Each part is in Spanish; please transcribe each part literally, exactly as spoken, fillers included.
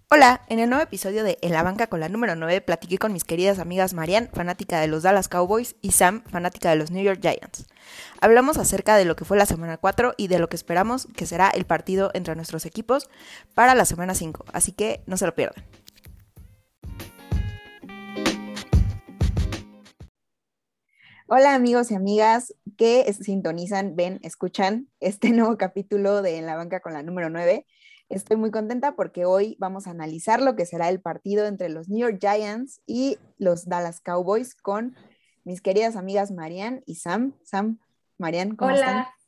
Hola, en el nuevo episodio de En la banca con la número nueve platiqué con mis queridas amigas Marianne, fanática de los Dallas Cowboys, y Sam, fanática de los New York Giants. Hablamos acerca de lo que fue la semana cuatro y de lo que esperamos que será el partido entre nuestros equipos para la semana cinco, así que no se lo pierdan. Hola amigos y amigas que sintonizan, ven, escuchan este nuevo capítulo de En la banca con la número nueve. Estoy muy contenta porque hoy vamos a analizar lo que será el partido entre los New York Giants y los Dallas Cowboys con mis queridas amigas Marianne y Sam. Sam, Marianne, ¿cómo están? Hola,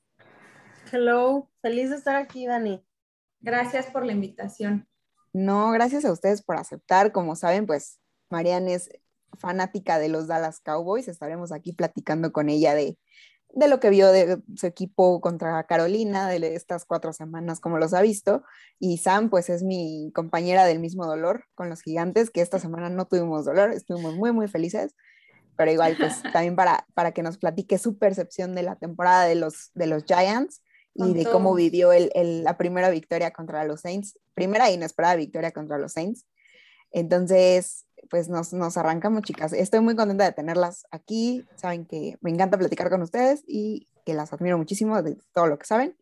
hello, feliz de estar aquí, Dani. Gracias por la invitación. No, gracias a ustedes por aceptar. Como saben, pues Marianne es fanática de los Dallas Cowboys. Estaremos aquí platicando con ella de, de lo que vio de su equipo contra Carolina, de estas cuatro semanas, como los ha visto. Y Sam, pues es mi compañera del mismo dolor con los Gigantes, que esta semana no tuvimos dolor, estuvimos muy, muy felices. Pero igual, pues también para, para que nos platique su percepción de la temporada de los, de los Giants y Con de cómo todo. vivió el, el, la primera victoria contra los Saints, primera e inesperada victoria contra los Saints. Entonces, pues nos, nos arrancamos, chicas. Estoy muy contenta de tenerlas aquí. Saben que me encanta platicar con ustedes y que las admiro muchísimo de todo lo que saben.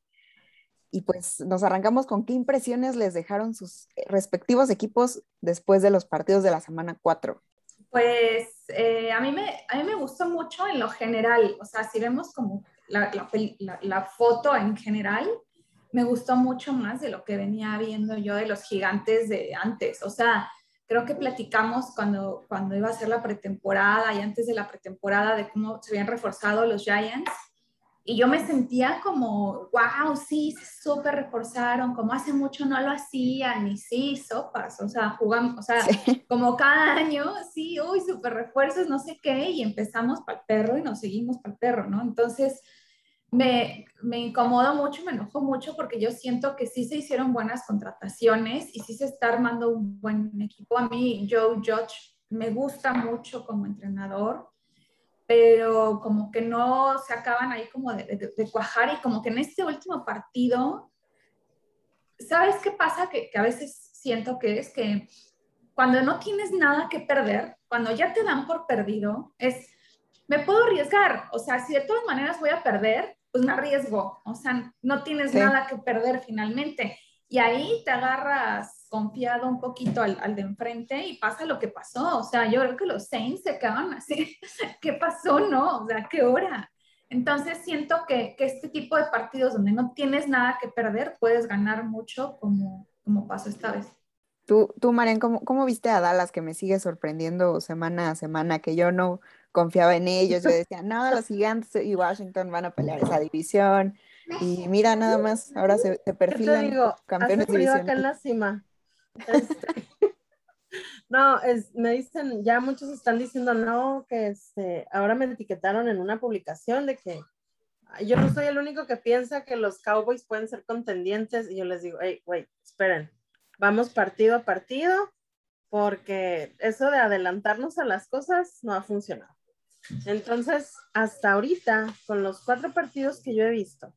Y pues nos arrancamos con qué impresiones les dejaron sus respectivos equipos después de los partidos de la semana cuatro. Pues eh, a mí me, a mí me gustó mucho en lo general, o sea, si vemos como la, la, la, la foto en general, me gustó mucho más de lo que venía viendo yo de los Gigantes de antes, o sea, creo que platicamos cuando, cuando iba a ser la pretemporada y antes de la pretemporada de cómo se habían reforzado los Giants. Y yo me sentía como, wow, sí, se súper reforzaron, como hace mucho no lo hacían, y sí, sopas, o sea, jugamos, o sea, Sí. como cada año, sí, uy, súper refuerzos, no sé qué, y empezamos para el perro y nos seguimos para el perro, ¿no? Entonces, me, me incomoda mucho, me enojó mucho porque yo siento que sí se hicieron buenas contrataciones y sí se está armando un buen equipo. A mí, Joe Judge, me gusta mucho como entrenador, pero como que no se acaban ahí como de, de, de cuajar, y como que en este último partido, ¿sabes qué pasa? Que, que a veces siento que es que cuando no tienes nada que perder, cuando ya te dan por perdido, es, me puedo arriesgar, o sea, si de todas maneras voy a perder, pues me arriesgo, o sea, no tienes Sí. nada que perder finalmente. Y ahí te agarras confiado un poquito al, al de enfrente y pasa lo que pasó. O sea, yo creo que los Saints se quedaron así. ¿Qué pasó? No, o sea, ¿qué hora? Entonces siento que, que este tipo de partidos donde no tienes nada que perder, puedes ganar mucho como, como pasó esta vez. Tú, tú Marian, ¿cómo, cómo viste a Dallas que me sigue sorprendiendo semana a semana? Que yo no confiaba en ellos. Yo decía, no, los Gigantes y Washington van a pelear esa división. Y mira, nada más, ahora se, se ¿Qué te perfilan como digo? Hace campeones frío acá en divisionales. la cima. Este, no, es, me dicen, ya muchos están diciendo, no, que este, ahora me etiquetaron en una publicación de que yo no soy el único que piensa que los Cowboys pueden ser contendientes, y yo les digo, hey, wait, esperen, vamos partido a partido, porque eso de adelantarnos a las cosas no ha funcionado. Entonces, hasta ahorita, con los cuatro partidos que yo he visto,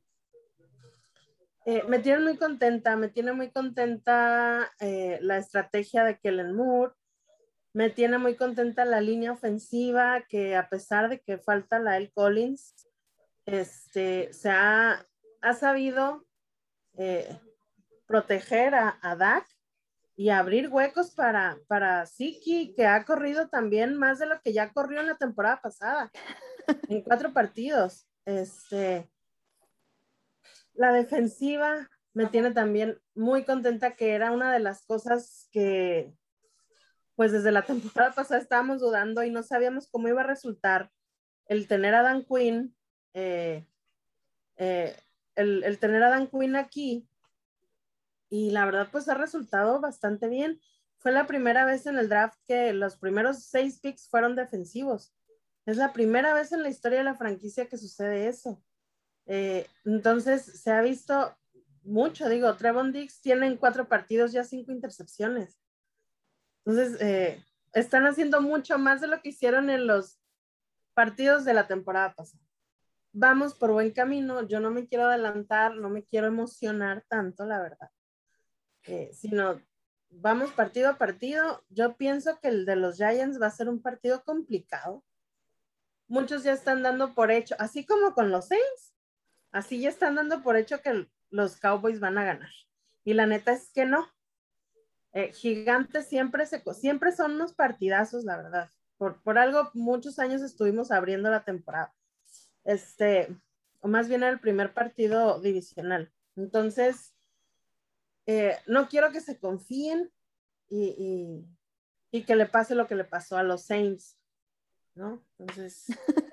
Eh, me tiene muy contenta, me tiene muy contenta eh, la estrategia de Kellen Moore, me tiene muy contenta la línea ofensiva, que a pesar de que falta la El Collins, este, se ha, ha sabido eh, proteger a, a Dak y abrir huecos para, para Siki, que ha corrido también más de lo que ya corrió en la temporada pasada, en cuatro partidos. Este, La defensiva me tiene también muy contenta, que era una de las cosas que pues desde la temporada pasada estábamos dudando y no sabíamos cómo iba a resultar el tener a Dan Quinn, eh, eh, el, el tener a Dan Quinn aquí, y la verdad pues ha resultado bastante bien. Fue la primera vez en el draft que los primeros seis picks fueron defensivos. Es la primera vez en la historia de la franquicia que sucede eso. Eh, entonces se ha visto mucho, digo, Trevon Diggs tiene en cuatro partidos ya cinco intercepciones. Entonces, eh, están haciendo mucho más de lo que hicieron en los partidos de la temporada pasada. Vamos por buen camino, yo no me quiero adelantar, no me quiero emocionar tanto, la verdad, eh, sino vamos partido a partido. Yo pienso que el de los Giants va a ser un partido complicado. Muchos ya están dando por hecho, así como con los Saints, así ya están dando por hecho que los Cowboys van a ganar. Y la neta es que no. Eh, Gigantes siempre, se, siempre son unos partidazos, la verdad. Por, por algo, muchos años estuvimos abriendo la temporada. Este, o más bien era el primer partido divisional. Entonces, eh, no quiero que se confíen y, y, y que le pase lo que le pasó a los Saints, ¿no? Entonces,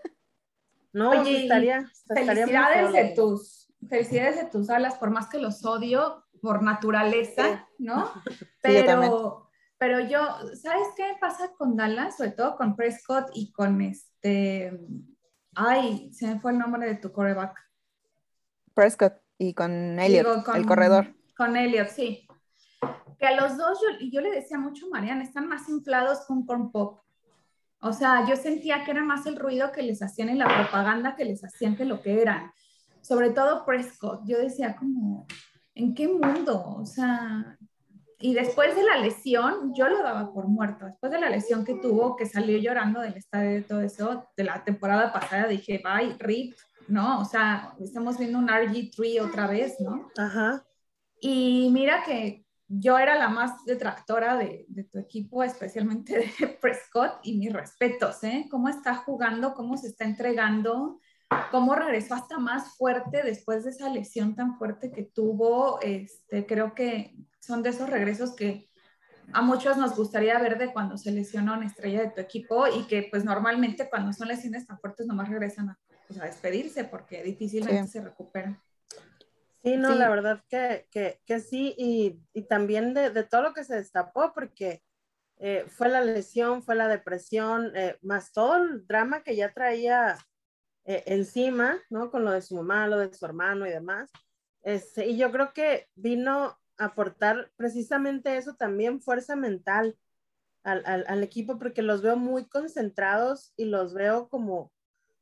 no, Oye, estaría, estaría muy felicidades feo, de tus, felicidades de tus alas, por más que los odio por naturaleza, ¿no? Sí, yo también. Pero, pero yo, ¿sabes qué pasa con Dallas? Sobre todo con Prescott y con este, ay, se me fue el nombre de tu quarterback. Prescott y con Elliot, Digo, el corredor. con, con Elliot, sí. Que a los dos, yo, yo le decía mucho a Mariana, están más inflados con corn pop. O sea, yo sentía que era más el ruido que les hacían en la propaganda que les hacían que lo que eran. Sobre todo Prescott. Yo decía como, ¿en qué mundo? O sea, y después de la lesión, yo lo daba por muerto. Después de la lesión que tuvo, que salió llorando del estadio y todo eso, de la temporada pasada, dije, bye, rip, ¿no? O sea, estamos viendo un R G tres otra vez, ¿no? Ajá. Y mira que yo era la más detractora de, de tu equipo, especialmente de Prescott, y mis respetos, ¿eh? Cómo está jugando, cómo se está entregando, cómo regresó hasta más fuerte después de esa lesión tan fuerte que tuvo. Este, creo que son de esos regresos que a muchos nos gustaría ver de cuando se lesiona una estrella de tu equipo y que pues normalmente cuando son lesiones tan fuertes nomás regresan a, pues, a despedirse porque difícilmente Sí. se recuperan. Sí, no, Sí. la verdad que, que, que sí, y, y también de, de todo lo que se destapó, porque eh, fue la lesión, fue la depresión, eh, más todo el drama que ya traía eh, encima, ¿no? Con lo de su mamá, lo de su hermano y demás. Este, y yo creo que vino a aportar precisamente eso también, fuerza mental al, al, al equipo, porque los veo muy concentrados y los veo como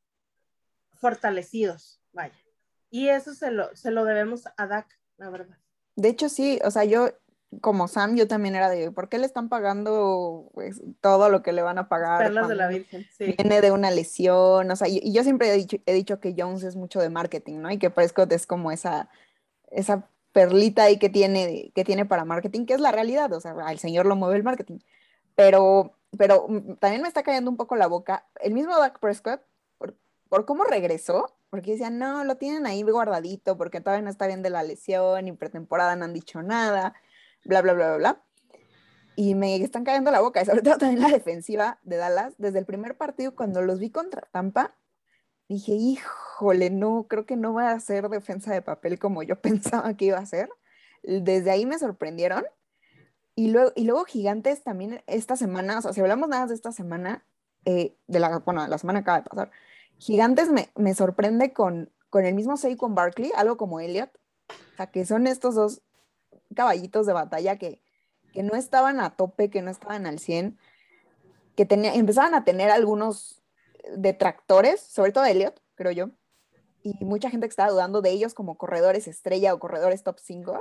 fortalecidos, vaya. Y eso se lo, se lo debemos a Dak, la verdad. De hecho, sí, o sea, yo como Sam, yo también era de, ¿por qué le están pagando pues, todo lo que le van a pagar Perlas de la cuando Virgen, sí. viene de una lesión? O sea, y, y yo siempre he dicho, he dicho que Jones es mucho de marketing, ¿no? Y que Prescott es como esa, esa perlita ahí que tiene, que tiene para marketing, que es la realidad, o sea, al señor lo mueve el marketing. Pero, pero mm, también me está cayendo un poco la boca. El mismo Dak Prescott, por, por cómo regresó, porque decían, no, lo tienen ahí guardadito, porque todavía no está bien de la lesión, y pretemporada no han dicho nada, bla, bla, bla, bla, bla. Y me están cayendo la boca, y sobre todo también la defensiva de Dallas, desde el primer partido, cuando los vi contra Tampa, dije, híjole, no, creo que no va a ser defensa de papel como yo pensaba que iba a ser. Desde ahí me sorprendieron. Y luego, y luego Gigantes también esta semana, o sea, si hablamos nada más de esta semana, eh, de la, bueno, la semana acaba de pasar, Gigantes me, me sorprende con, con el mismo Saquon Barkley, algo como Elliott, o sea, que son estos dos caballitos de batalla que, que no estaban a tope, que no estaban al cien, que tenía, empezaban a tener algunos detractores, sobre todo Elliott, creo yo, y mucha gente que estaba dudando de ellos como corredores estrella o corredores top cinco.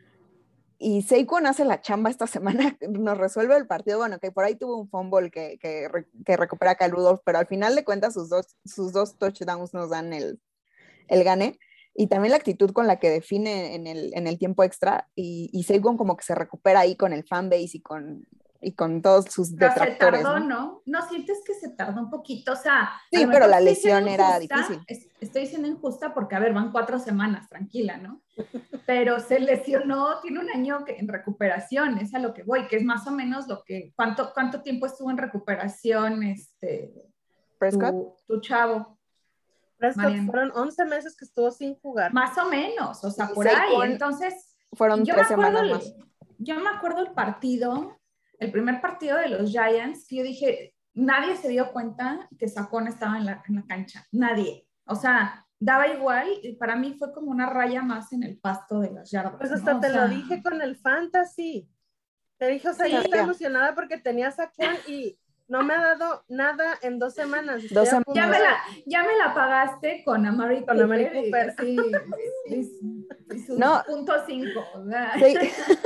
Y Saquon hace la chamba esta semana, nos resuelve el partido, bueno, que por ahí tuvo un fumble que, que, que recupera a Kyle Rudolph, pero al final de cuentas sus dos, sus dos touchdowns nos dan el, el gane, y también la actitud con la que define en el, en el tiempo extra, y, y Saquon como que se recupera ahí con el fanbase y con, y con todos sus Pero se detractores, tardó, ¿no? ¿no? ¿No sientes que se tardó un poquito? O sea, a Sí, lo pero mejor la estoy siendo lesión era injusta, difícil. es- estoy siendo injusta porque, a ver, van cuatro semanas, tranquila, ¿no? Pero se lesionó, tiene un año que, en recuperación, es a lo que voy, que es más o menos lo que, ¿cuánto, cuánto tiempo estuvo en recuperación este, Prescott. tu, tu chavo, Prescott Mariano? fueron once meses que estuvo sin jugar. Más o menos, o sea, Y por ahí. Saquon Entonces, fueron yo me tres acuerdo, semanas el, más. yo me acuerdo el partido, el primer partido de los Giants, que yo dije, nadie se dio cuenta que Saquon estaba en la, en la cancha, nadie. O sea, daba igual, y para mí fue como una raya más en el pasto de las yardas, Pues ¿no? hasta O te lo sea, dije con el fantasy. Te dije, o sea, yo estoy sí, emocionada porque tenía Saquon y no me ha dado nada en dos semanas. Estoy Dos a punto ya me semanas. la, de... ya me la pagaste con Amari Con Amari Cooper, y Cooper. así, y, y sus No, punto cinco, o sea. sí,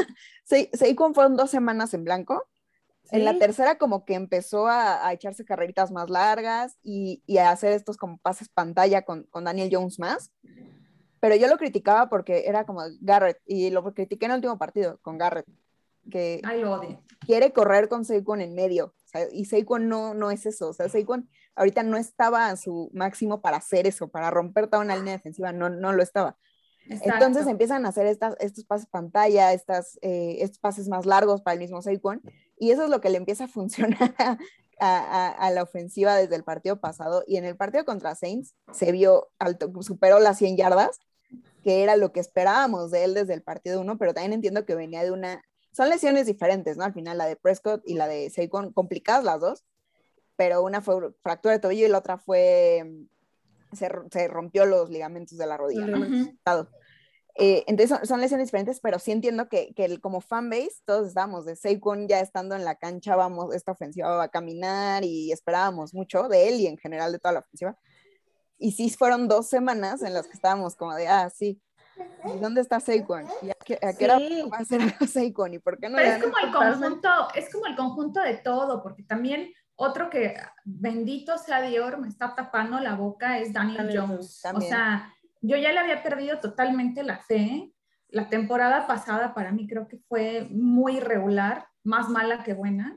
Se Saquon fueron dos semanas en blanco. ¿Sí? En la tercera como que empezó a, a echarse carreritas más largas y, y a hacer estos como pases pantalla con, con Daniel Jones más. Pero yo lo criticaba porque era como Garrett, y lo critiqué en el último partido con Garrett, que Ay, lo odio. quiere correr con Saquon en medio, o sea, y Saquon no, no es eso, o sea, Saquon ahorita no estaba a su máximo para hacer eso, para romper toda una línea defensiva, no, no lo estaba. Exacto. Entonces empiezan a hacer estas, estos pases pantalla, estas, eh, estos pases más largos para el mismo Saquon, y eso es lo que le empieza a funcionar a, a, a la ofensiva desde el partido pasado, y en el partido contra Saints se vio alto, superó las cien yardas, que era lo que esperábamos de él desde el partido uno, pero también entiendo que venía de una, son lesiones diferentes, ¿no? Al final la de Prescott y la de Saquon, complicadas las dos, pero una fue fractura de tobillo y la otra fue, se, se rompió los ligamentos de la rodilla, ¿no? Uh-huh. Eh, entonces son, son lesiones diferentes, pero sí entiendo que, que el, como fanbase todos estábamos de Saquon ya estando en la cancha, vamos, esta ofensiva va a caminar y esperábamos mucho de él y en general de toda la ofensiva. Y sí fueron dos semanas en las que estábamos como de, ah, sí, ¿y dónde está Saquon? ¿Y a qué, a qué hora Sí. va a hacer algo Saquon? ¿Y por qué no Pero le es dan como el totalmente. conjunto, es como el conjunto de todo, porque también otro que, bendito sea Dios, me está tapando la boca es Daniel, Daniel Jones. Jones. O también? sea, yo ya le había perdido totalmente la fe. La temporada pasada para mí creo que fue muy irregular, más mala que buena.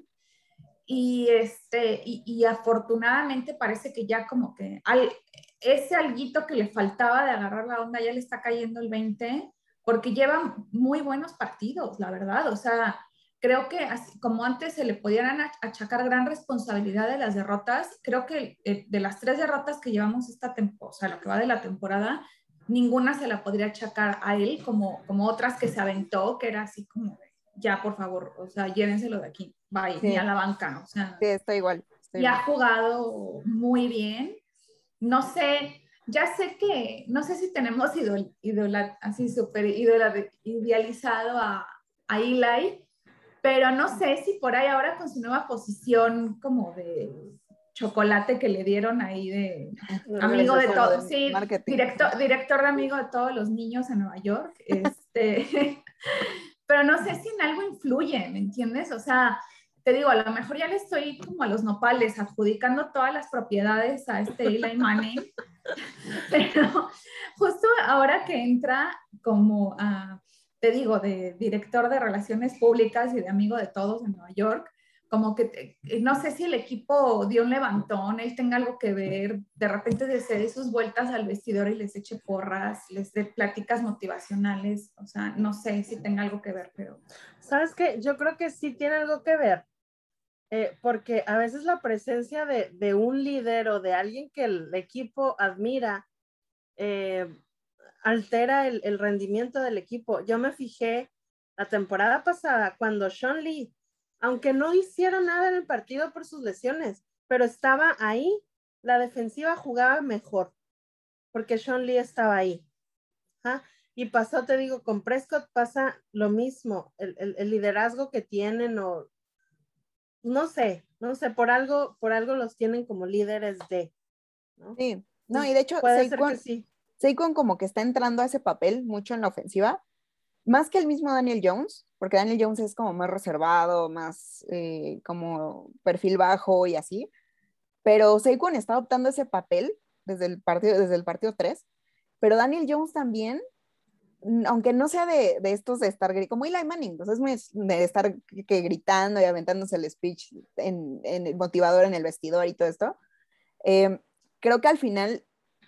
Y, este, y, y afortunadamente parece que ya como que al, ese alguito que le faltaba de agarrar la onda ya le está cayendo el veinte, porque lleva muy buenos partidos, la verdad. O sea, creo que así, como antes se le podían achacar gran responsabilidad de las derrotas, creo que eh, de las tres derrotas que llevamos esta temporada, o sea, lo que va de la temporada, ninguna se la podría achacar a él como, como otras que se aventó, que era así como, ya, por favor, o sea, llévenselo de aquí, bye, Sí, ni a la banca, o sea, sí, estoy igual. Estoy y ha igual. jugado muy bien. No sé, ya sé que, no sé si tenemos idol, idola, así súper idealizado a, a Eli, pero no sé si por ahí ahora con su nueva posición como de chocolate que le dieron ahí de amigo de todos, sí, Marketing. director, director de amigo de todos los niños en Nueva York, este, pero no sé si en algo influye, ¿me entiendes? O sea, te digo, a lo mejor ya le estoy como a los nopales adjudicando todas las propiedades a este Eli Manning, pero justo ahora que entra como a, te digo, de director de relaciones públicas y de amigo de todos en Nueva York, como que no sé si el equipo dio un levantón, él tenga algo que ver, de repente se dé sus vueltas al vestidor y les eche porras, les dé pláticas motivacionales, o sea, no sé si tenga algo que ver, pero... ¿Sabes qué? Yo creo que sí tiene algo que ver, eh, porque a veces la presencia de, de un líder o de alguien que el equipo admira eh, altera el, el rendimiento del equipo. Yo me fijé la temporada pasada cuando Sean Lee, aunque no hiciera nada en el partido por sus lesiones, pero estaba ahí, la defensiva jugaba mejor, porque Sean Lee estaba ahí. ¿Ah? Y pasó, te digo, con Prescott pasa lo mismo, el, el, el liderazgo que tienen, o no sé, no sé, por algo, por algo los tienen como líderes de, ¿no? Sí, no, y de hecho, puede Saquon, ser que sí. Saquon como que está entrando a ese papel mucho en la ofensiva, más que el mismo Daniel Jones, porque Daniel Jones es como más reservado, más eh, como perfil bajo y así, pero Saquon está adoptando ese papel desde el partido, desde el partido tres, pero Daniel Jones también, aunque no sea de, de estos de estar, como Eli Manning, pues es muy de estar que gritando y aventándose el speech en, en el motivador en el vestidor y todo esto, eh, creo que al final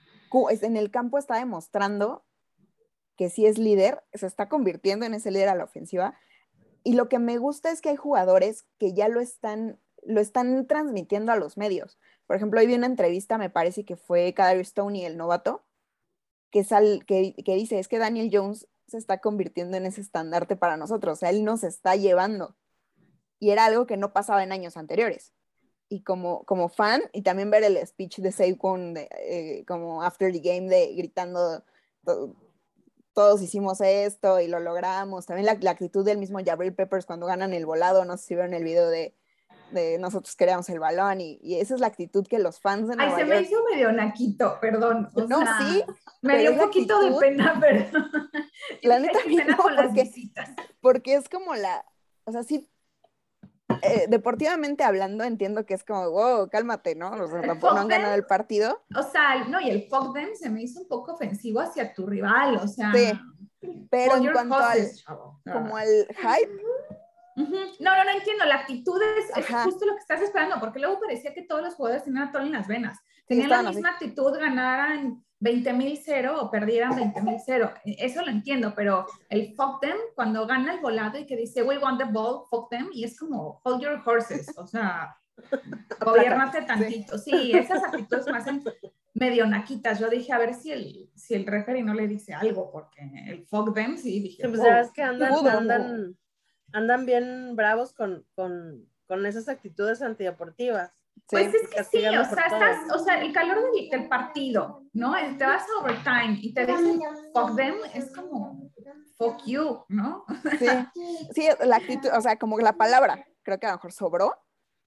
en el campo está demostrando que sí es líder, se está convirtiendo en ese líder a la ofensiva, y lo que me gusta es que hay jugadores que ya lo están, lo están transmitiendo a los medios. Por ejemplo, hoy vi una entrevista, me parece que fue Kadarius Toney, el novato, que, sal, que, que dice, es que Daniel Jones se está convirtiendo en ese estandarte para nosotros, o sea, él nos está llevando, y era algo que no pasaba en años anteriores. Y como, como fan, y también ver el speech de Saquon de, eh, como after the game, de gritando, to, todos hicimos esto y lo logramos. También la, la actitud del mismo Jabril Peppers cuando ganan el volado, no sé si vieron el video de, de nosotros queríamos el balón, y, y esa es la actitud que los fans de Ay, Nueva se York... me hizo medio naquito, perdón. O No, sea, sí, me pero dio es un la poquito actitud. de pena, pero La dije, neta, ay, a qué mí pena no, con las porque, visitas. porque es como la, o sea, sí, eh, deportivamente hablando entiendo que es como, wow, cálmate, ¿no? O sea, tampoco no han ganado el partido. O sea, no, y el fuck them se me hizo un poco ofensivo hacia tu rival, o sea, Sí, pero hold en your cuanto al, horses, chavo. como al hype, Uh-huh. No, no, no entiendo. La actitud es, es ajá, justo lo que estás esperando, porque luego parecía que todos los jugadores tenían atole en las venas. sí, Tenían la estaban así. misma actitud, ganaran veinte mil cero o perdieran veinte mil cero. Eso lo entiendo, pero el fuck them, cuando gana el volado y que dice, we want the ball, fuck them, y es como, hold your horses, o sea, gobiernate tantito. Sí. sí, esas actitudes me hacen medio naquitas. Yo dije, a ver si el, si el referee no le dice algo, porque el fuck them, sí, dije, Sí, pues wow. ya ves que andan, Pudo. andan, andan bien bravos con, con, con esas actitudes antideportivas. Sí. Pues es que sí, o Castigando por sea, todo. estás, o sea, el calor del, del partido, ¿no? Te vas a overtime y te dicen fuck them, es como fuck you, ¿no? Sí, sí, la actitud, o sea, como la palabra, creo que a lo mejor sobró,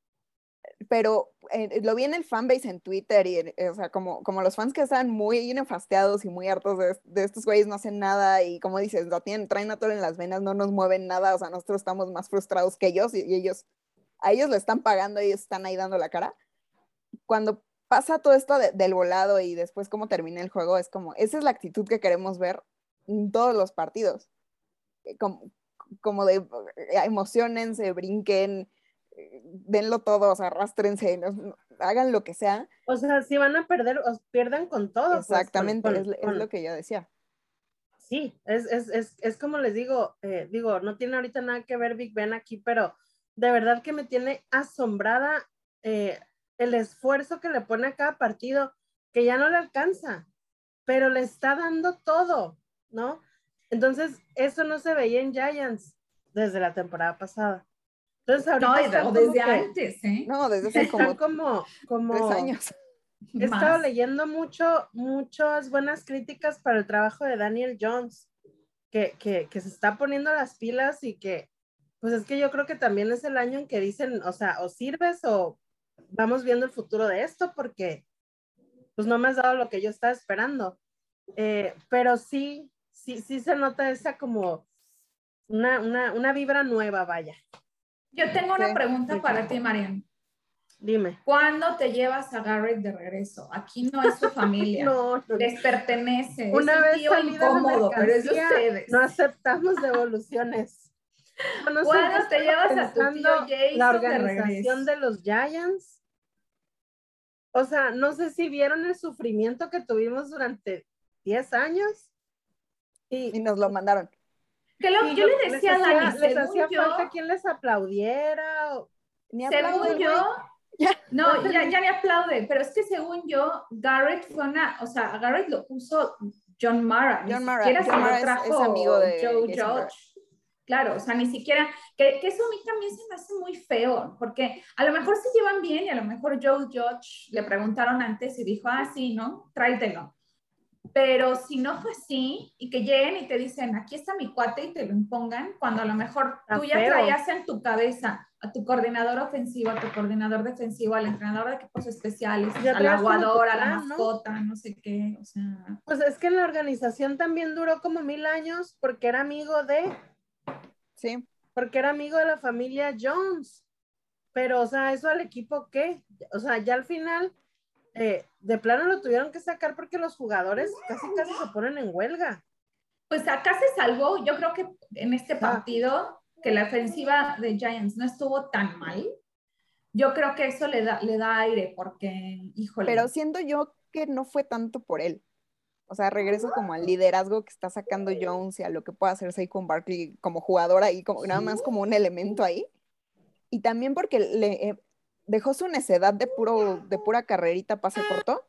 pero eh, lo vi en el fanbase en Twitter y, eh, o sea, como, como los fans que están muy nefasteados y muy hartos de, de estos güeyes no hacen nada y como dices, lo tienen, traen a todo en las venas, no nos mueven nada, o sea, nosotros estamos más frustrados que ellos y, y ellos, a ellos le están pagando, ellos están ahí dando la cara. Cuando pasa todo esto de, del volado y después cómo termina el juego, es como, esa es la actitud que queremos ver en todos los partidos. Como, como de emocionense, brinquen, denlo todo, o sea, arrastrense, no, hagan lo que sea. O sea, si van a perder, os pierdan con todo. Exactamente, Pues, con, es, con, es lo que yo decía. Sí, es, es, es, es como les digo, eh, digo, no tiene ahorita nada que ver Big Ben aquí, pero de verdad que me tiene asombrada eh, el esfuerzo que le pone a cada partido, que ya no le alcanza, pero le está dando todo, ¿no? Entonces, eso no se veía en Giants desde la temporada pasada. Entonces, ahorita No, están o como desde que, antes, ¿eh? No, desde hace están como, como, tres como, años. he estado Más. leyendo mucho, muchas buenas críticas para el trabajo de Daniel Jones, que, que, que se está poniendo las pilas y que, pues es que yo creo que también es el año en que dicen, o sea, o sirves o vamos viendo el futuro de esto porque pues no me has dado lo que yo estaba esperando. Eh, pero sí, sí, sí se nota esa como una, una, una vibra nueva, vaya. Yo tengo una Sí. pregunta para ti, Marian. Dime. ¿Cuándo te llevas a Garrett de regreso? Aquí no es su familia. No, no, Les pertenece. una es el vez tío salida la incómodo, pero es de mercancía, ustedes. no aceptamos devoluciones. No, no sé en qué ¿Cuándo te estaba llevas a tu tío pensando la Jason de organización regreso? de los Giants. O sea, no sé si vieron el sufrimiento que tuvimos durante diez años. Y, Y nos lo mandaron. Que lo, y yo yo, le les decía a hacía, Dani, les según hacía yo, falta quien les aplaudiera. O, Ni aplaude según el yo, güey. Ya. no, no ya, entendí. ya me aplaude, pero es que según yo, Garrett fue una, o sea, a Garrett lo puso John Mara, ni John Mara, siquiera John se Mara lo es, es amigo trajo de Joe Jason Garrett. Judge. Claro, o sea, ni siquiera, que, que eso a mí también se me hace muy feo, porque a lo mejor se llevan bien y a lo mejor Joe Judge le preguntaron antes y dijo, ah, sí, ¿no? Tráetelo. Pero si no fue así y que lleguen y te dicen, aquí está mi cuate y te lo impongan, cuando a lo mejor Está tú ya feo. traías en tu cabeza a tu coordinador ofensivo, a tu coordinador defensivo, al entrenador de equipos especiales, Ya al traes como tu aguador, a la plan, ¿no? mascota, no sé qué, o sea. Pues es que en la organización también duró como mil años porque era amigo de, Sí. porque era amigo de la familia Jones. Pero, o sea, ¿eso al equipo qué? O sea, ya al final, eh, de plano lo tuvieron que sacar porque los jugadores casi casi se ponen en huelga. Pues acá se salvó, yo creo que en este O sea, partido, que la ofensiva de Giants no estuvo tan mal, yo creo que eso le da, le da aire, porque, híjole. Pero siento yo que no fue tanto por él. O sea, regreso como al liderazgo que está sacando Jones y a lo que puede hacer Saquon Barkley como jugador ahí, como, nada más como un elemento ahí. Y también porque le eh, dejó su necedad de, puro, de pura carrerita pase corto,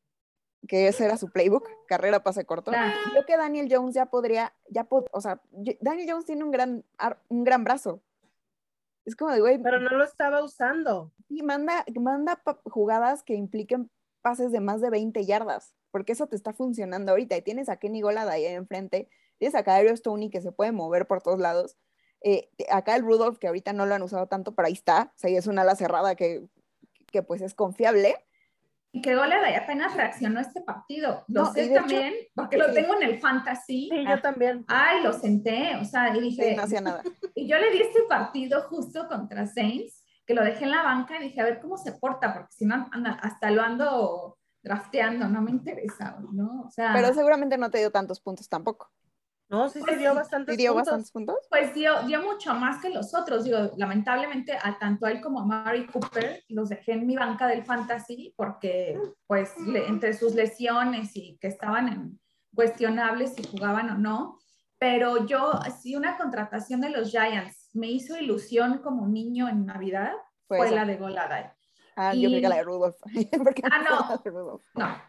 que ese era su playbook, carrera pase corto. Claro. Yo que Daniel Jones ya podría, ya pod, o sea, Daniel Jones tiene un gran, un gran brazo. Es como de, güey, pero no lo estaba usando. y manda, manda jugadas que impliquen pases de más de veinte yardas, porque eso te está funcionando ahorita. Y tienes a Kenny Golladay ahí enfrente, tienes a Kadarius Stoney que se puede mover por todos lados. Eh, acá el Rudolph, que ahorita no lo han usado tanto, pero ahí está. O sea, es una ala cerrada que, que pues es confiable. Y que Golladay apenas reaccionó a este partido. Lo No, y sé de también, hecho, porque lo sí. tengo en el fantasy. Sí, Ah. yo también. Ay, lo senté, o sea, y dije, Sí, no hacía nada. y yo le di este partido justo contra Saints, que lo dejé en la banca y dije, a ver cómo se porta, porque si no, anda, hasta lo ando drafteando, no me interesa, ¿no? O sea, Pero seguramente no te dio tantos puntos tampoco. No, sí, Pues sí dio sí, bastantes ¿Sí dio puntos. bastantes puntos? pues dio, dio mucho más que los otros. Digo, lamentablemente, a tanto a él como a Mari Cooper los dejé en mi banca del fantasy porque, pues, le, entre sus lesiones y que estaban en cuestionables si jugaban o no. Pero yo, si una contratación de los Giants me hizo ilusión como niño en Navidad, Fue fue esa. la de Golladay. Ah, yo creí que la de Y, Rudolph. Porque ah, me fue la no, de Rudolph. no.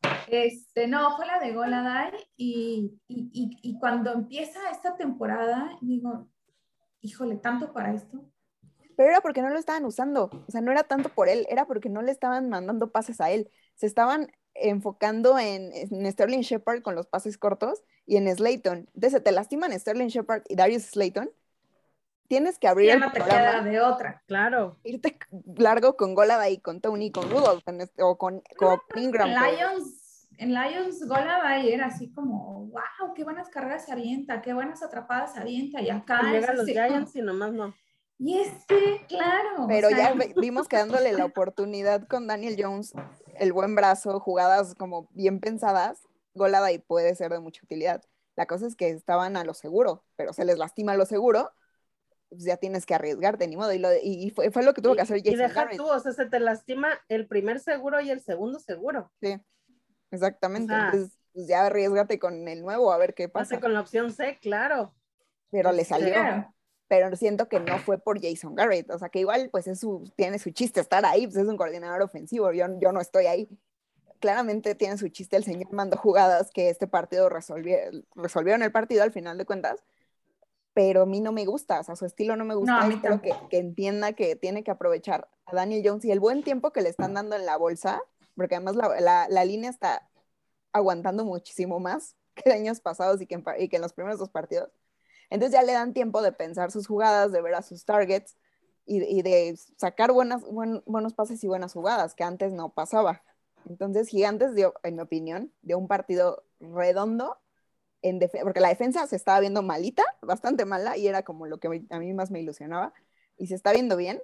Este, no, fue la de Golladay y, y, y, y cuando empieza esta temporada, digo, híjole, ¿tanto para esto? Pero era porque no lo estaban usando. O sea, no era tanto por él, era porque no le estaban mandando pases a él. Se estaban enfocando en, en Sterling Shepard con los pases cortos y en Slayton. Entonces, te lastiman Sterling Shepard y Darius Slayton. Tienes que abrir Ya el no te programa, queda de otra. Claro. irte largo con Golladay, con Tony, con Rudolph en este- o con, con Ingram. En Que, Lions, en Lions, Golladay era así como, wow, qué buenas carreras se avienta, qué buenas atrapadas se avienta. Y Y acá es llegan los así como, Giants y nomás no. y este, claro, o pero ya sea, ve- vimos que dándole la oportunidad con Daniel Jones, el buen brazo, jugadas como bien pensadas, Golladay puede ser de mucha utilidad. La cosa es que estaban a lo seguro, pero se les lastima a lo seguro, pues ya tienes que arriesgarte, ni modo. Y, lo, y fue, fue lo que tuvo que Y, hacer y Jason deja Garrett. tú, o sea, se te lastima el primer seguro y el segundo seguro. Sí, O exactamente. sea, Entonces, pues ya arriesgate con el nuevo a ver qué hace pasa. con la opción C, claro. Pero le Este, salió. claro. Pero siento que no fue por Jason Garrett. O sea, que igual pues es su, tiene su chiste estar ahí, pues es un coordinador ofensivo. Yo, yo no estoy ahí. Claramente tiene su chiste el señor mandó jugadas que este partido resolvió, resolvieron el partido al final de cuentas, pero a mí no me gusta, o sea, su estilo no me No, a gusta, mí espero que, tampoco. que entienda que tiene que aprovechar a Daniel Jones y el buen tiempo que le están dando en la bolsa, porque además la, la, la línea está aguantando muchísimo más que años pasados y que, en, y que en los primeros dos partidos. Entonces ya le dan tiempo de pensar sus jugadas, de ver a sus targets y, y de sacar buenas, buen, buenos pases y buenas jugadas, que antes no pasaba. Entonces Gigantes dio, en mi opinión, dio un partido redondo, en porque la defensa se estaba viendo malita, bastante mala, y era como lo que a mí más me ilusionaba, y se está viendo bien,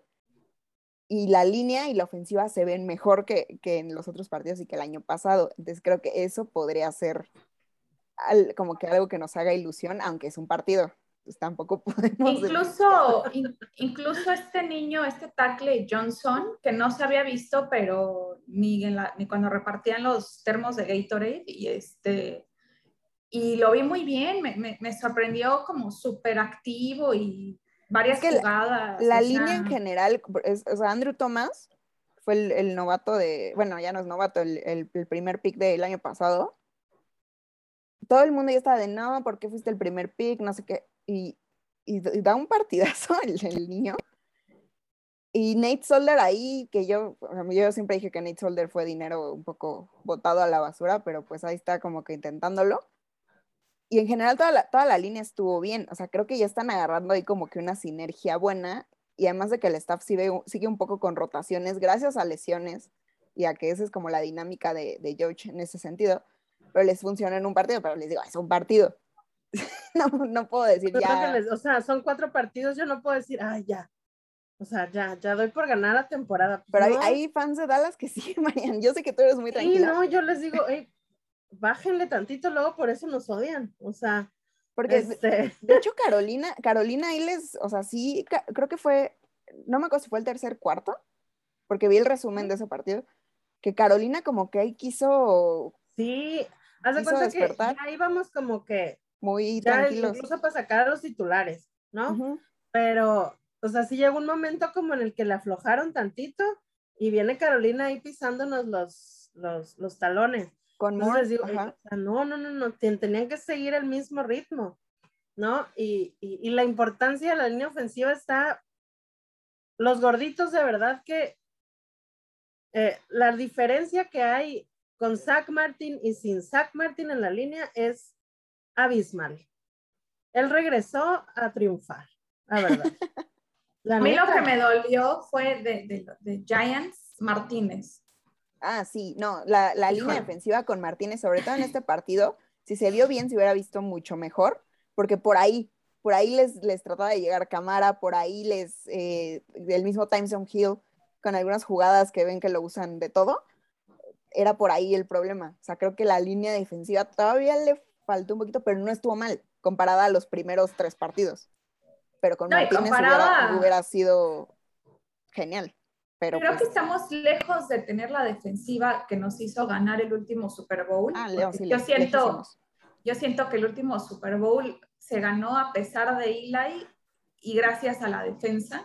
y la línea y la ofensiva se ven mejor que, que en los otros partidos y que el año pasado. Entonces creo que eso podría ser al, como que algo que nos haga ilusión, aunque es un partido. Pues tampoco podemos Incluso, in, incluso este niño, este tackle Johnson, que no se había visto, pero ni, en la, ni cuando repartían los termos de Gatorade, y este, y lo vi muy bien, me, me, me sorprendió como súper activo y varias es que la, jugadas. la O línea en sea, general, es, o sea, Andrew Thomas fue el, el, novato de, bueno, ya no es novato, el, el, el primer pick del año pasado. Todo el mundo ya estaba de, no, ¿por qué fuiste el primer pick? No sé qué. Y, y, y da un partidazo el, el niño. Y Nate Solder ahí, que yo, yo siempre dije que Nate Solder fue dinero un poco botado a la basura, pero pues ahí está como que intentándolo. Y en general toda la, toda la línea estuvo bien, o sea, creo que ya están agarrando ahí como que una sinergia buena, y además de que el staff sigue, sigue un poco con rotaciones, gracias a lesiones, y a que esa es como la dinámica de, de George en ese sentido, pero les funciona en un partido, pero les digo, es un partido. no, no puedo decir creo que ya. les, o sea, son cuatro partidos, yo no puedo decir, ay, ya. O sea, ya, ya doy por ganar la temporada. Pero no. hay, hay fans de Dallas que sí, Marian. Yo sé que tú eres muy Sí, tranquila. no, yo les digo, hey, bájenle tantito, luego por eso nos odian. O sea, porque este... de, de hecho Carolina, Carolina ahí les, o sea, sí, ca, creo que fue, no me acuerdo si fue el tercer cuarto, porque vi el resumen de ese partido, que Carolina como que ahí quiso, Sí, haz de quiso cuenta que despertar ya íbamos como que, muy ya tranquilos. incluso para sacar a los titulares, ¿no? Uh-huh. Pero, o sea, sí llegó un momento como en el que le aflojaron tantito y viene Carolina ahí pisándonos los, los, los talones. Con Entonces Moore, les digo, ajá. o sea, no, no, no, no, tenían que seguir el mismo ritmo, ¿no? Y, y, y la importancia de la línea ofensiva está, los gorditos de verdad que eh, la diferencia que hay con Zach Martin y sin Zach Martin en la línea es abismal. Él regresó a triunfar, la verdad. La a mí neta. lo que me dolió fue de, de, de Giants Martínez. Ah, sí, no, la, la línea defensiva con Martínez, sobre todo en este partido, si se vio bien, se hubiera visto mucho mejor, porque por ahí, por ahí les, les trataba de llegar Camara, por ahí les, eh, el mismo Tyson Hill, con algunas jugadas que ven que lo usan de todo, era por ahí el problema. O sea, creo que la línea defensiva todavía le faltó un poquito, pero no estuvo mal, comparada a los primeros tres partidos. Pero con No, y Martínez comparada, hubiera, hubiera sido genial. Pero creo pues, que estamos lejos de tener la defensiva que nos hizo ganar el último Super Bowl. ah, Leo, sí, Yo le, siento, lejísimos. yo siento que el último Super Bowl se ganó a pesar de Eli y gracias a la defensa.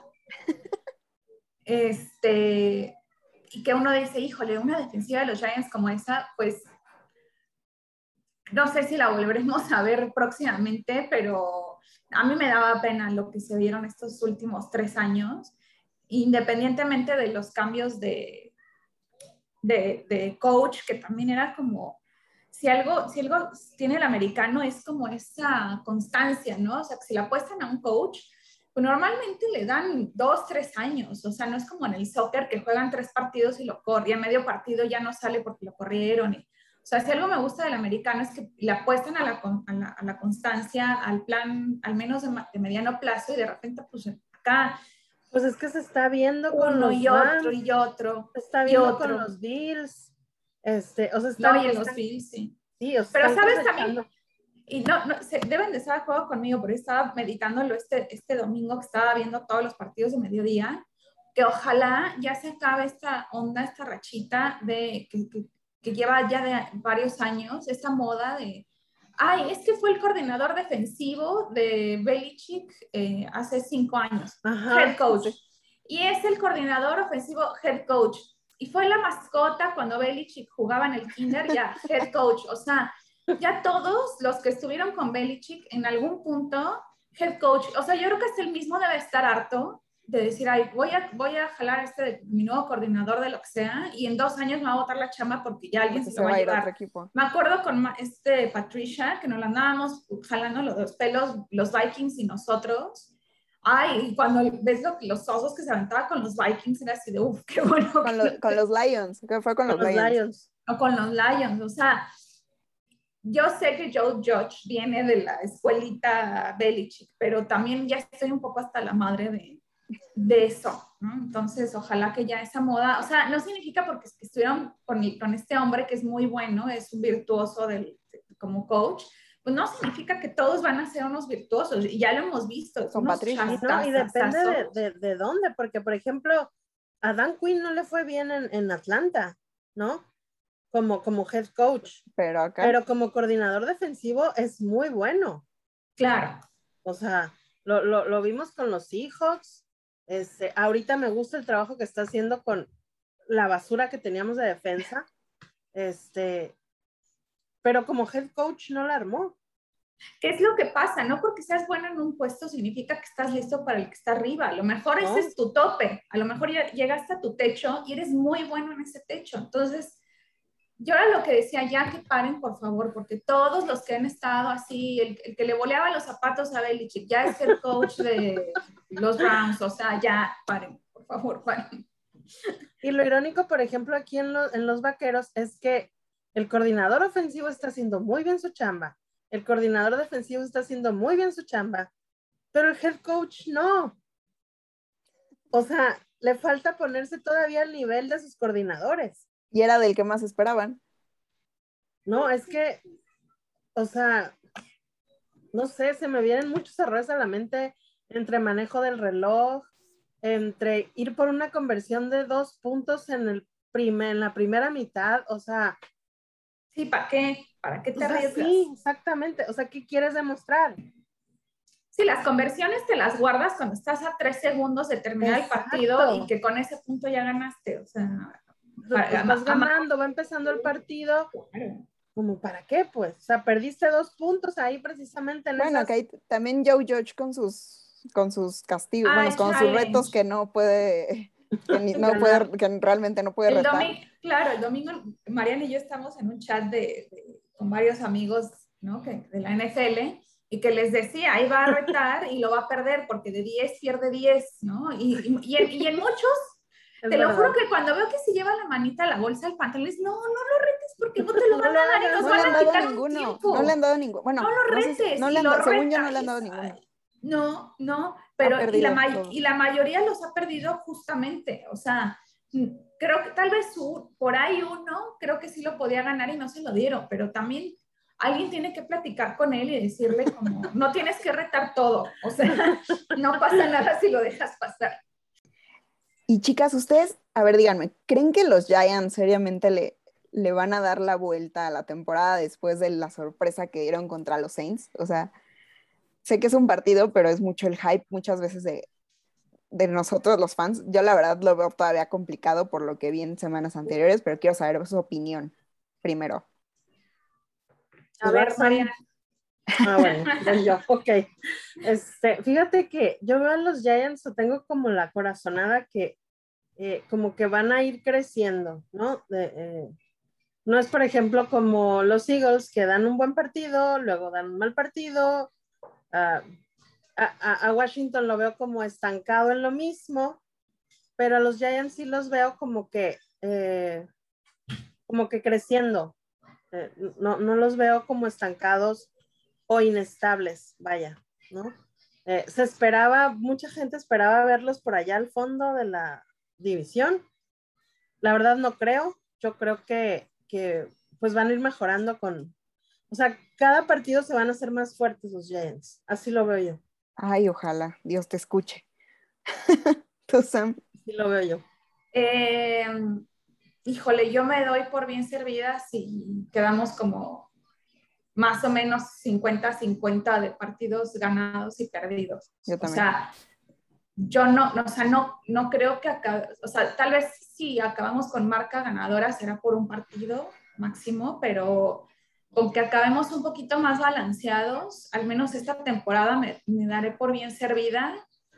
Este, y que uno dice, híjole, una defensiva de los Giants como esa, pues no sé si la volveremos a ver próximamente, pero a mí me daba pena lo que se vieron estos últimos tres años, independientemente de los cambios de, de, de coach, que también era como, si algo, si algo tiene el americano es como esa constancia, ¿no? O sea, que si la apuestan a un coach, pues normalmente le dan dos, tres años, o sea, no es como en el soccer que juegan tres partidos y lo corren, y a medio partido ya no sale porque lo corrieron. Y, o sea, si algo me gusta del americano es que le apuestan a la, a la, a la constancia, al plan, al menos de, de mediano plazo, y de repente, pues acá... Pues es que se está viendo con uno los y otro Rams, y otro se está y viendo otro. con los Bills, este, o sea, No, están, y en los están, Bills, sí. sí, o sea, Pero están sabes cosechando. también, y no, no se, deben de estar de acuerdo conmigo, pero estaba meditándolo este, este domingo que estaba viendo todos los partidos de mediodía, que ojalá ya se acabe esta onda, esta rachita de, que, que, que lleva ya de varios años, esta moda de, ay, es que fue el coordinador defensivo de Belichick eh, hace cinco años, Ajá, head coach, sí. y es el coordinador ofensivo head coach, y fue la mascota cuando Belichick jugaba en el kinder, ya head coach, o sea, ya todos los que estuvieron con Belichick en algún punto, head coach, o sea, yo creo que hasta el mismo debe estar harto de decir, ay, voy a, voy a jalar este de mi nuevo coordinador de lo que sea, y en dos años me va a botar la chamba porque ya alguien Porque se se lo va va a a ir a llevar. otro equipo. Me acuerdo con este Patricia, que nos la andábamos jalando los pelos, los Vikings y nosotros. Ay, y cuando ves lo, los osos que se aventaba con los Vikings, era así de, uff, qué bueno. Con, que lo, no con los Lions, que fue con, con los, los Lions. Lions. O con los Lions, o sea, yo sé que Joe Judge viene de la escuelita Belichick, pero también ya estoy un poco hasta la madre de, de eso, ¿no? Entonces, ojalá que ya esa moda, o sea, no significa porque estuvieron con, con este hombre que es muy bueno, es un virtuoso del, como coach, pues no significa que todos van a ser unos virtuosos, y ya lo hemos visto. Son Patricia. Y, no, y depende de, de, de dónde, porque por ejemplo, a Dan Quinn no le fue bien en, en Atlanta, ¿no? Como, como head coach. Pero acá. Pero como coordinador defensivo es muy bueno. Claro. O sea, lo, lo, lo vimos con los Seahawks. Este, ahorita me gusta el trabajo que está haciendo con la basura que teníamos de defensa. Este, pero como head coach no la armó. ¿Qué es lo que pasa? No porque seas bueno en un puesto significa que estás listo para el que está arriba. A lo mejor ¿No? ese es tu tope. A lo mejor ya llegaste a tu techo y eres muy bueno en ese techo. Entonces, yo era lo que decía, ya que paren, por favor, porque todos los que han estado así, el, el que le voleaba los zapatos a Belichick, ya es el coach de los Browns, o sea, ya paren, por favor, paren. Y lo irónico, por ejemplo, aquí en, lo, en los Vaqueros es que el coordinador ofensivo está haciendo muy bien su chamba, el coordinador defensivo está haciendo muy bien su chamba, pero el head coach no. O sea, le falta ponerse todavía al nivel de sus coordinadores. Y era del que más esperaban. No, es que, o sea, no sé, se me vienen muchos errores a la mente entre manejo del reloj, entre ir por una conversión de dos puntos en, el primer, en la primera mitad, o sea. Sí, ¿para qué? ¿Para qué te O sea, arriesgas? sí, exactamente. O sea, ¿qué quieres demostrar? Sí, las conversiones te las guardas cuando estás a tres segundos de terminar Exacto. el partido y que con ese punto ya ganaste, o sea. Pues vas ganando, va empezando el partido. ¿Cómo para qué? Pues, o sea, perdiste dos puntos ahí precisamente en Bueno, esas... que hay también Joe Judge con sus, con sus castigos, Ay, bueno, con challenge. sus retos que no puede, que ni, no puede, que realmente no puede el retar. domingo, claro, el domingo Mariana y yo estamos en un chat de, de, con varios amigos, ¿no? Que, de la N F L, y que les decía, ahí va a retar y lo va a perder porque de diez pierde diez, ¿no? Y, y, y, en, y en muchos Es Te lo verdad. juro que cuando veo que se lleva la manita a la bolsa del pantalón, es, no, no lo retes porque no te lo van No lo a dar y hagas. nos No van le han a dado quitar un ninguno, tiempo. no le han dado ninguno. Bueno, No lo no sé si- retes, no y le han lo dado- según yo reta, no le han y dado es- ninguno. No, no, Ha pero y la, perdido may- todos. y la mayoría los ha perdido justamente, o sea, mm, creo que tal vez su, por ahí uno, creo que sí lo podía ganar y no se lo dieron, pero también alguien tiene que platicar con él y decirle como, no tienes que retar todo, o sea, no pasa nada si lo dejas pasar. Y chicas, ustedes, a ver, díganme, ¿creen que los Giants seriamente le, le van a dar la vuelta a la temporada después de la sorpresa que dieron contra los Saints? O sea, sé que es un partido, pero es mucho el hype muchas veces de, de nosotros los fans. Yo la verdad lo veo todavía complicado por lo que vi en semanas anteriores, pero quiero saber su opinión primero. A Pues ver, vas, Mariana. Ah, bueno, pues yo, ok. Este, fíjate que yo veo a los Giants, o tengo como la corazonada que eh, como que van a ir creciendo, ¿no? De, eh, no es, por ejemplo, como los Eagles que dan un buen partido, luego dan un mal partido. Uh, a, a Washington lo veo como estancado en lo mismo, pero a los Giants sí los veo como que, eh, como que creciendo. Eh, no, no los veo como estancados o inestables, vaya, ¿no? Eh, se esperaba, mucha gente esperaba verlos por allá al fondo de la división. La verdad no creo, yo creo que, que pues van a ir mejorando con, o sea, cada partido se van a hacer más fuertes los Giants, así lo veo yo. Ay, ojalá, Dios te escuche. ¿Tú, Sam? Así lo veo yo. Eh, híjole, yo me doy por bien servida si quedamos como más o menos cincuenta cincuenta de partidos ganados y perdidos. Yo O también. sea, yo no, no, o sea, no, no creo que acabe, o sea, tal vez si acabamos con marca ganadora será por un partido máximo, pero con que acabemos un poquito más balanceados, al menos esta temporada me, me daré por bien servida.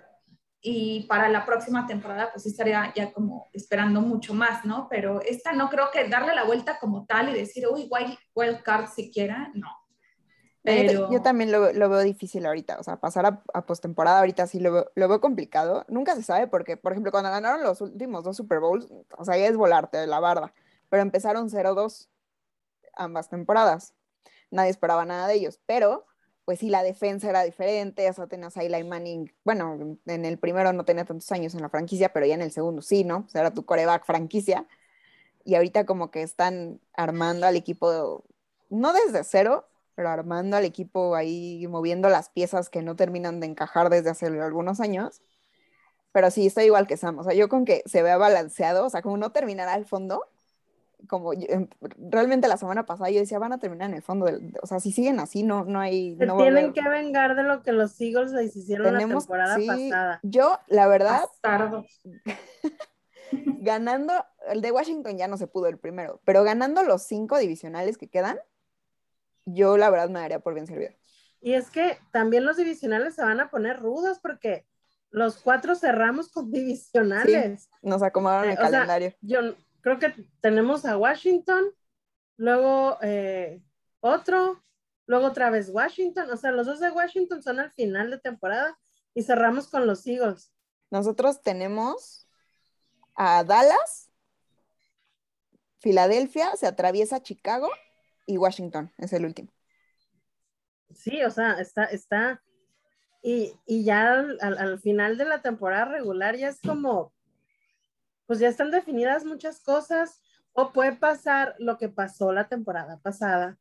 Y para la próxima temporada pues estaría ya como esperando mucho más, ¿no? Pero esta no creo que darle la vuelta como tal y decir, uy, wild, wild card siquiera, no. Pero... Yo, yo también lo, lo veo difícil ahorita, o sea, pasar a, a postemporada ahorita sí lo veo, lo veo complicado. Nunca se sabe porque, por ejemplo, cuando ganaron los últimos dos Super Bowls, o sea, ya es volarte de la barda, pero empezaron cero dos ambas temporadas. Nadie esperaba nada de ellos, pero pues sí, la defensa era diferente, o sea, tenías a Eli Manning, bueno, en el primero no tenía tantos años en la franquicia, pero ya en el segundo sí, ¿no? O sea, era tu quarterback franquicia, y ahorita como que están armando al equipo, no desde cero, pero armando al equipo ahí, moviendo las piezas que no terminan de encajar desde hace algunos años, pero sí, estoy igual que Sam, o sea, yo con que se vea balanceado, o sea, como no terminará al fondo, como yo, realmente la semana pasada yo decía, van a terminar en el fondo, del, o sea, si siguen así, no, no hay, Se no va a tienen haber. que vengar de lo que los Eagles les hicieron la Tenemos, temporada sí, pasada. yo, la verdad, bastardos. ganando, el de Washington ya no se pudo el primero, pero ganando los cinco divisionales que quedan, yo la verdad me daría por bien servido. Y es que también los divisionales se van a poner rudos porque los cuatro cerramos con divisionales. Sí, nos acomodaron Eh, el o calendario. sea, yo creo que tenemos a Washington, luego eh, otro, luego otra vez Washington. O sea, los dos de Washington son al final de temporada y cerramos con los Eagles. Nosotros tenemos a Dallas, Filadelfia, se atraviesa Chicago y Washington, es el último. Sí, o sea, está, está, y, y ya al, al, al final de la temporada regular ya es como, pues ya están definidas muchas cosas, o puede pasar lo que pasó la temporada pasada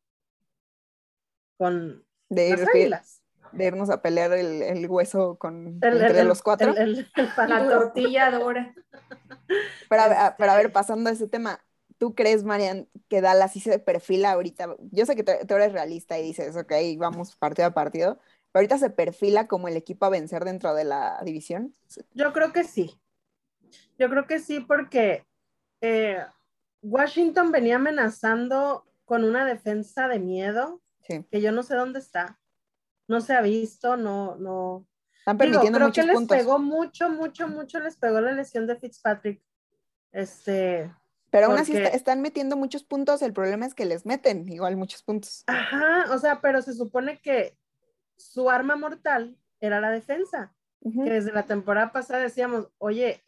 con de, las ir, Águilas. de irnos a pelear el, el hueso con, El, entre el, los cuatro. El, el, el la duro. tortilla dura. Pero, este... a, pero a ver, pasando a ese tema, ¿tú crees, Marian, que Dallas sí se perfila ahorita? Yo sé que tú eres realista y dices, ok, vamos partido a partido, pero ahorita se perfila como el equipo a vencer dentro de la división. Yo creo que sí. Yo creo que sí, porque eh, Washington venía amenazando con una defensa de miedo, Sí. que yo no sé dónde está. No se ha visto, no, no. Están permitiendo Digo, creo muchos que les puntos. pegó mucho, mucho, mucho, les pegó la lesión de Fitzpatrick. Este. Pero porque... aún así está, están metiendo muchos puntos, el problema es que les meten igual muchos puntos. Ajá, o sea, pero se supone que su arma mortal era la defensa, uh-huh. que desde la temporada pasada decíamos, oye, eh,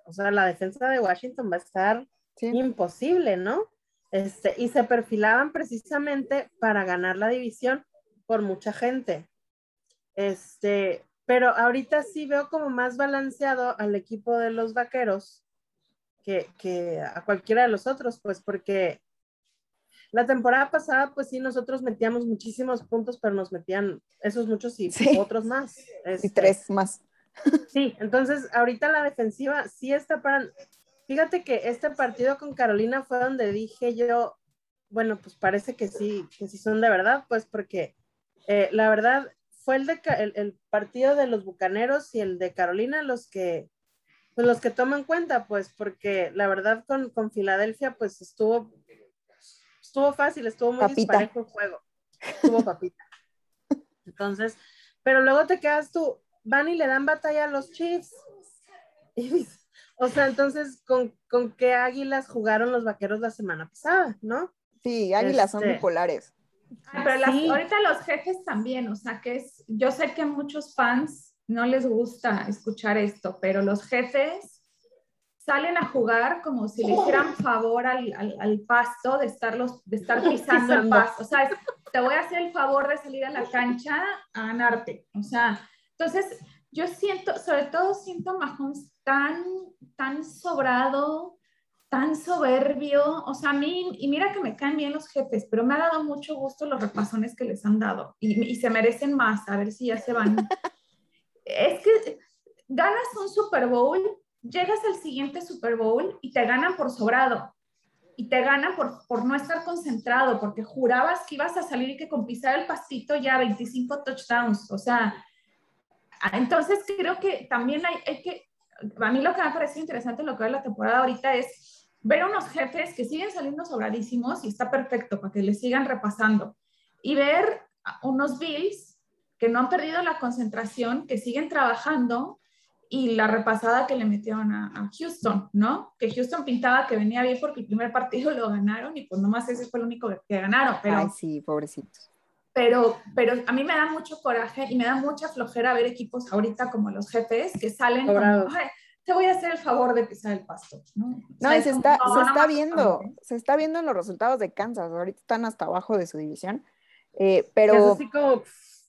o sea, la defensa de Washington va a estar sí. imposible, ¿no? Este, y se perfilaban precisamente para ganar la división por mucha gente. Este, pero ahorita sí veo como más balanceado al equipo de los Vaqueros que, que a cualquiera de los otros, pues porque la temporada pasada, pues sí, nosotros metíamos muchísimos puntos, pero nos metían esos muchos y sí. otros más. Este, y tres más. Sí, entonces ahorita la defensiva sí está para... Fíjate que este partido con Carolina fue donde dije yo, bueno, pues parece que sí, que sí son de verdad, pues porque eh, la verdad fue el, de, el, el partido de los Bucaneros y el de Carolina los que, pues los que toman cuenta, pues porque la verdad con, con Filadelfia pues estuvo, estuvo fácil, estuvo muy papita. Disparejo el juego, estuvo papita. Entonces, pero luego te quedas tú, van y le dan batalla a los Chiefs. Y, o sea, entonces, ¿con, ¿con qué águilas jugaron los Vaqueros la semana pasada, no? Sí, águilas este... son bipolares. Ay, pero las, sí. ahorita los Jefes también, o sea, que es, yo sé que a muchos fans no les gusta escuchar esto, pero los Jefes salen a jugar como si le hicieran favor al, al, al pasto de, estarlos, de estar pisando el pasto. O sea, es, te voy a hacer el favor de salir a la cancha a ganarte. O sea, entonces yo siento, sobre todo siento a Mahomes tan, tan sobrado, tan soberbio. O sea, a mí, y mira que me caen bien los Jefes, pero me ha dado mucho gusto los repasones que les han dado. Y, y se merecen más, a ver si ya se van. Es que ganas un Super Bowl, llegas al siguiente Super Bowl y te ganan por sobrado. Y te ganan por, por no estar concentrado, porque jurabas que ibas a salir y que con pisar el pastito ya veinticinco touchdowns. O sea, entonces creo que también hay, hay que, a mí lo que me ha parecido interesante en lo que va la temporada ahorita es ver a unos Jefes que siguen saliendo sobradísimos y está perfecto para que les sigan repasando. Y ver a unos Bills que no han perdido la concentración, que siguen trabajando, y la repasada que le metieron a, a Houston, ¿no? Que Houston pintaba que venía bien porque el primer partido lo ganaron y pues nomás ese fue el único que, que ganaron. Pero, ay, sí, pobrecitos. Pero, pero a mí me da mucho coraje y me da mucha flojera ver equipos ahorita como los Jefes que salen Cobrados. como, ay, te voy a hacer el favor de pisar el pasto, ¿no? No, o sea, y se como, está, no, se no está más viendo, ¿eh? se está viendo en los resultados de Kansas, ahorita están hasta abajo de su división, eh, pero... Es así como,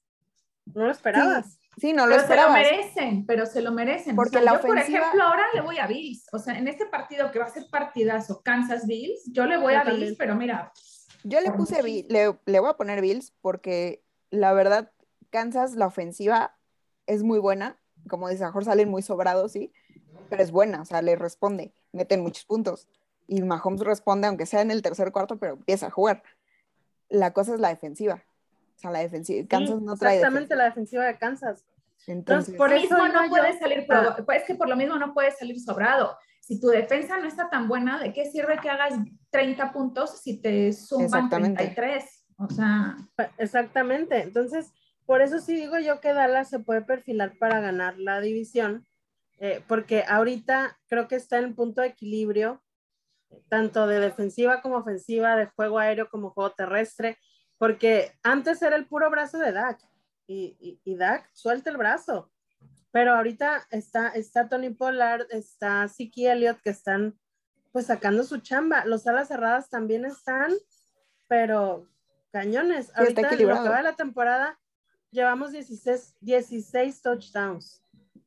no lo esperabas. Sí, sí, no lo pero esperabas. se lo merecen, pero se lo merecen. Porque o sea, la yo, por ofensiva... ejemplo, ahora le voy a Bills. O sea, en este partido que va a ser partidazo Kansas-Bills, yo le voy yo a también. Bills, pero mira... Yo le puse, le, le voy a poner Bills porque la verdad, Kansas, la ofensiva es muy buena. Como dice, a lo mejor salen muy sobrados, sí, pero es buena, o sea, le responde, meten muchos puntos. Y Mahomes responde, aunque sea en el tercer cuarto, pero empieza a jugar. La cosa es la defensiva. O sea, la defensiva. Kansas sí, no trae exactamente defensiva. la defensiva de Kansas. Entonces, por eso mismo no yo... puede salir, ah. es que por lo mismo no puede salir sobrado. Si tu defensa no está tan buena, ¿de qué sirve que hagas treinta puntos si te suman treinta y tres? O sea, exactamente. Entonces, por eso sí digo yo que Dallas se puede perfilar para ganar la división, eh, porque ahorita creo que está en punto de equilibrio, tanto de defensiva como ofensiva, de juego aéreo como juego terrestre, porque antes era el puro brazo de Dak, y, y, y Dak suelta el brazo, pero ahorita está, está Tony Pollard, está Zeke Elliott, que están pues sacando su chamba. Los alas cerradas también están, pero cañones. Sí, ahorita en lo que va de la temporada llevamos dieciséis, dieciséis touchdowns.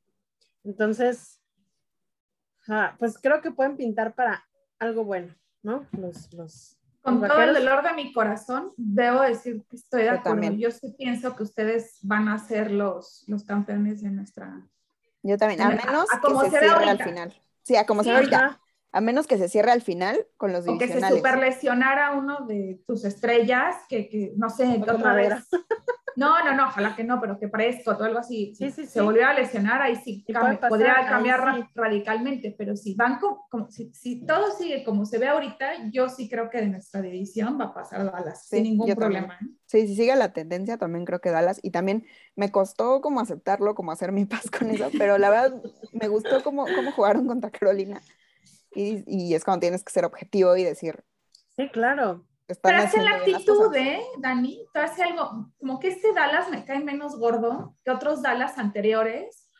Entonces, ah, pues creo que pueden pintar para algo bueno, ¿no? Los, los, Con los todo el dolor de mi corazón, debo decir que estoy de Yo acuerdo. también. Yo sí pienso que ustedes van a ser los, los campeones de nuestra... Yo también, a menos a, a que se, se cierre ahorita. al final. Sí, a como sí, se ve ahorita. Ajá. A menos que se cierre al final con los o que se divisionales. super lesionara uno de tus estrellas, que, que no sé, que otra madera. vez... No, no, no, ojalá que no, pero que Prescott o algo así, sí, sí, se sí. volviera a lesionar, ahí sí, sí cambia, pasar, podría ahí cambiar sí. radicalmente, pero si van como, como si, si todo sigue como se ve ahorita, yo sí creo que de nuestra división va a pasar a Dallas, Sí, sin ningún problema. ¿eh? Sí, si sigue la tendencia, también creo que Dallas, y también me costó como aceptarlo, como hacer mi paz con eso, pero la verdad me gustó cómo, cómo jugaron contra Carolina, y, y es cuando tienes que ser objetivo y decir... Sí, claro. Están pero hace la haciendo bien las actitud, cosas. ¿eh, Dani? Tú hace algo, como que este Dallas me cae menos gordo que otros Dallas anteriores,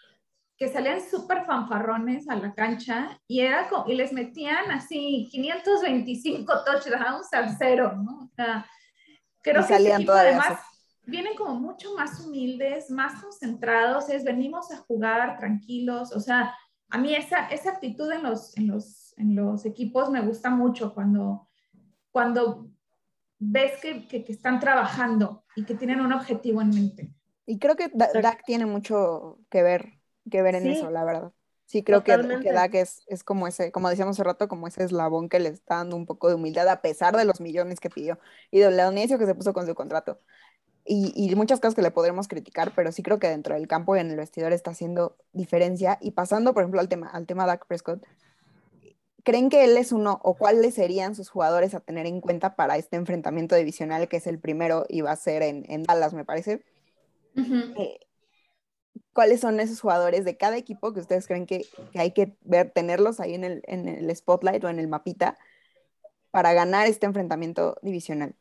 que salían súper fanfarrones a la cancha y, era como, y les metían así quinientos veinticinco touchdowns al cero, ¿no? O sea, Y creo que este salían equipo todavía así. además vienen como mucho más humildes, más concentrados, es venimos a jugar tranquilos, o sea, a mí esa, esa actitud en los, en, los, en los equipos me gusta mucho cuando, cuando ves que, que, que están trabajando y que tienen un objetivo en mente. Y creo que Da- Dak tiene mucho que ver, que ver en eso, Sí, la verdad. Sí, creo que, que totalmente. Dak es, es como ese, como decíamos hace rato, como ese eslabón que le está dando un poco de humildad a pesar de los millones que pidió y del inicio que se puso con su contrato. Y, y muchas cosas que le podremos criticar, pero sí creo que dentro del campo y en el vestidor está haciendo diferencia. Y pasando, por ejemplo, al tema, al tema Dak Prescott, ¿creen que él es uno o cuáles serían sus jugadores a tener en cuenta para este enfrentamiento divisional que es el primero y va a ser en, en Dallas, me parece? Uh-huh. Eh, ¿Cuáles son esos jugadores de cada equipo que ustedes creen que, que hay que ver, tenerlos ahí en el, en el spotlight o en el mapita para ganar este enfrentamiento divisional?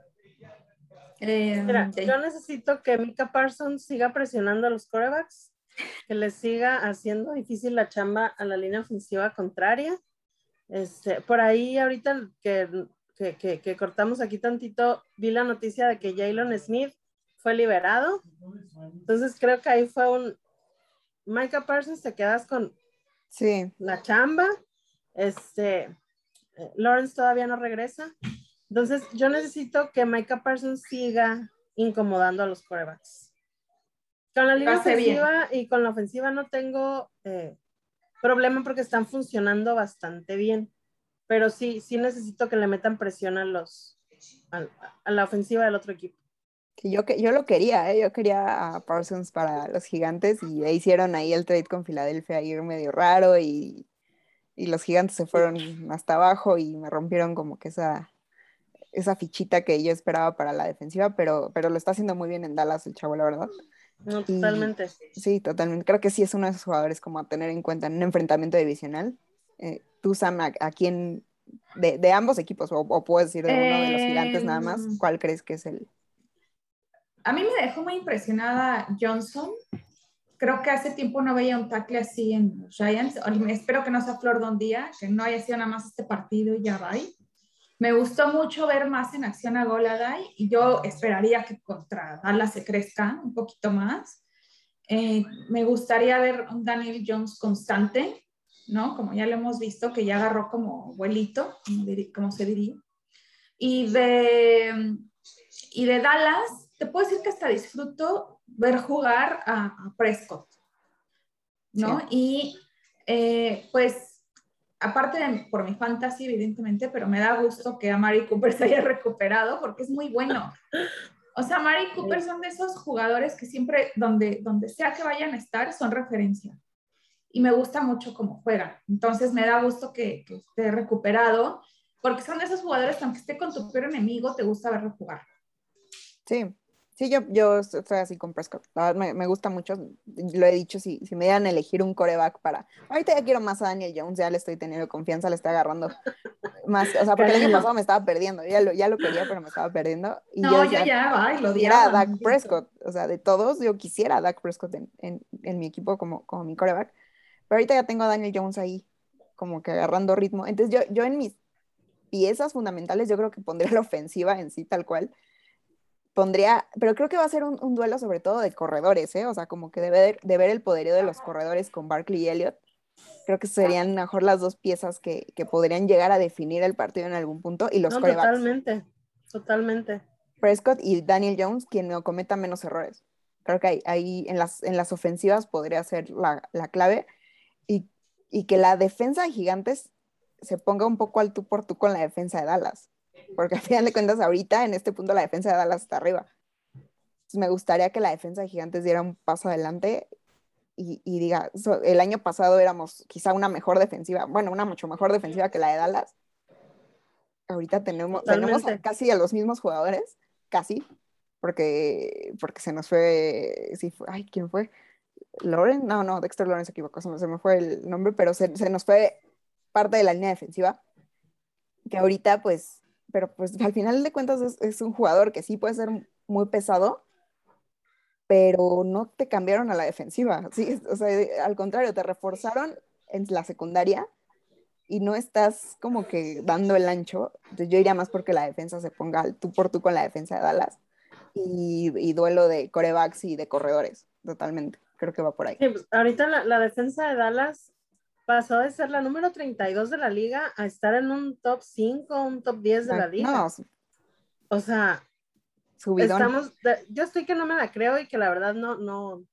Eh, Mira, de, yo necesito que Micah Parsons siga presionando a los quarterbacks, que les siga haciendo difícil la chamba a la línea ofensiva contraria. Este, por ahí ahorita que, que, que, que cortamos aquí tantito, vi la noticia de que Jalen Smith fue liberado. Entonces creo que ahí fue un Micah Parsons, te quedas con Sí. la chamba. Este, Lawrence todavía no regresa. Entonces yo necesito que Micah Parsons siga incomodando a los quarterbacks. Con la línea ofensiva bien. Y con la ofensiva no tengo eh, problema porque están funcionando bastante bien. Pero sí, sí necesito que le metan presión a los a, a la ofensiva del otro equipo. Que yo, que, yo lo quería, ¿eh? Yo quería a Parsons para los Gigantes y hicieron ahí el trade con Filadelfia ahí medio raro y, y los Gigantes se fueron hasta abajo y me rompieron como que esa, esa fichita que yo esperaba para la defensiva, pero, pero lo está haciendo muy bien en Dallas el chavo, la verdad. No, Y totalmente. sí, totalmente. Creo que sí es uno de esos jugadores como a tener en cuenta en un enfrentamiento divisional. Eh, tú, Sam, ¿a, a quién de, de ambos equipos, o, o puedes decir de uno de los Gigantes eh, nada más, cuál crees que es el? A mí me dejó muy impresionada Johnson. Creo que hace tiempo no veía un tackle así en los Giants. Espero que no sea flor de un día, que no haya sido nada más este partido y ya va. Me gustó mucho ver más en acción a Goladay y yo esperaría que contra Dallas se crezca un poquito más. Eh, me gustaría ver un Daniel Jones constante, ¿no? Como ya lo hemos visto, que ya agarró como vuelito, como, como se diría. Y de, y de Dallas, te puedo decir que hasta disfruto ver jugar a, a Prescott, ¿no? Sí. Y eh, pues, aparte de por mi fantasy, evidentemente, pero me da gusto que a Mari Cooper se haya recuperado porque es muy bueno. O sea, Mari Cooper son de esos jugadores que siempre, donde, donde sea que vayan a estar, son referencia. Y me gusta mucho cómo juegan. Entonces me da gusto que, que esté recuperado, porque son de esos jugadores que aunque esté con tu peor enemigo, te gusta verlo jugar. Sí, sí, yo, yo estoy así con Prescott. La verdad me, me gusta mucho. Lo he dicho, si, si me dieran a elegir un coreback para. Ahorita ya quiero más a Daniel Jones, ya le estoy teniendo confianza, le estoy agarrando más. O sea, porque el año pasado me estaba perdiendo. Ya lo, ya lo quería, pero me estaba perdiendo. Y yo No, yo decía, ya, ay, lo quisiera a odiaba. Dak Maldito. Prescott. O sea, de todos, yo quisiera a Dak Prescott en, en, en mi equipo como, como mi coreback. Pero ahorita ya tengo a Daniel Jones ahí, como que agarrando ritmo. Entonces, yo, yo en mis piezas fundamentales, yo creo que pondría la ofensiva en sí, tal cual pondría, pero creo que va a ser un, un duelo sobre todo de corredores, ¿eh? O sea, como que de ver, de ver el poderío de los corredores con Barkley y Elliott. Creo que serían mejor las dos piezas que, que podrían llegar a definir el partido en algún punto y los No, corebacks. totalmente, totalmente. Prescott y Daniel Jones, quien no cometa menos errores. Creo que ahí, ahí en, las, en las ofensivas podría ser la, la clave y, y que la defensa de Gigantes se ponga un poco al tú por tú con la defensa de Dallas. Porque al final de cuentas, ahorita en este punto la defensa de Dallas está arriba. Me gustaría que la defensa de Gigantes diera un paso adelante y, y diga, so, el año pasado éramos quizá una mejor defensiva, bueno, una mucho mejor defensiva que la de Dallas. Ahorita tenemos, tenemos a, Totalmente. casi a los mismos jugadores, casi, porque, porque se nos fue, sí, fue, ay, ¿quién fue? ¿Loren? No, no, Dexter Lawrence se equivocó, se me, se me fue el nombre, pero se, se nos fue parte de la línea defensiva, que ahorita pues, pero pues al final de cuentas es, es un jugador que sí puede ser muy pesado, pero no te cambiaron a la defensiva, ¿sí? O sea, al contrario, te reforzaron en la secundaria y no estás como que dando el ancho. Entonces yo iría más porque la defensa se ponga al tú por tú con la defensa de Dallas y, y duelo de corebacks y de corredores, totalmente. Creo que va por ahí. Sí, pues, ahorita la, la defensa de Dallas pasó de ser la número treinta y dos de la liga a estar en un top cinco, un top diez de la liga. No, o sea, subidón. Estamos, de, yo estoy que no me la creo y que la verdad no, no,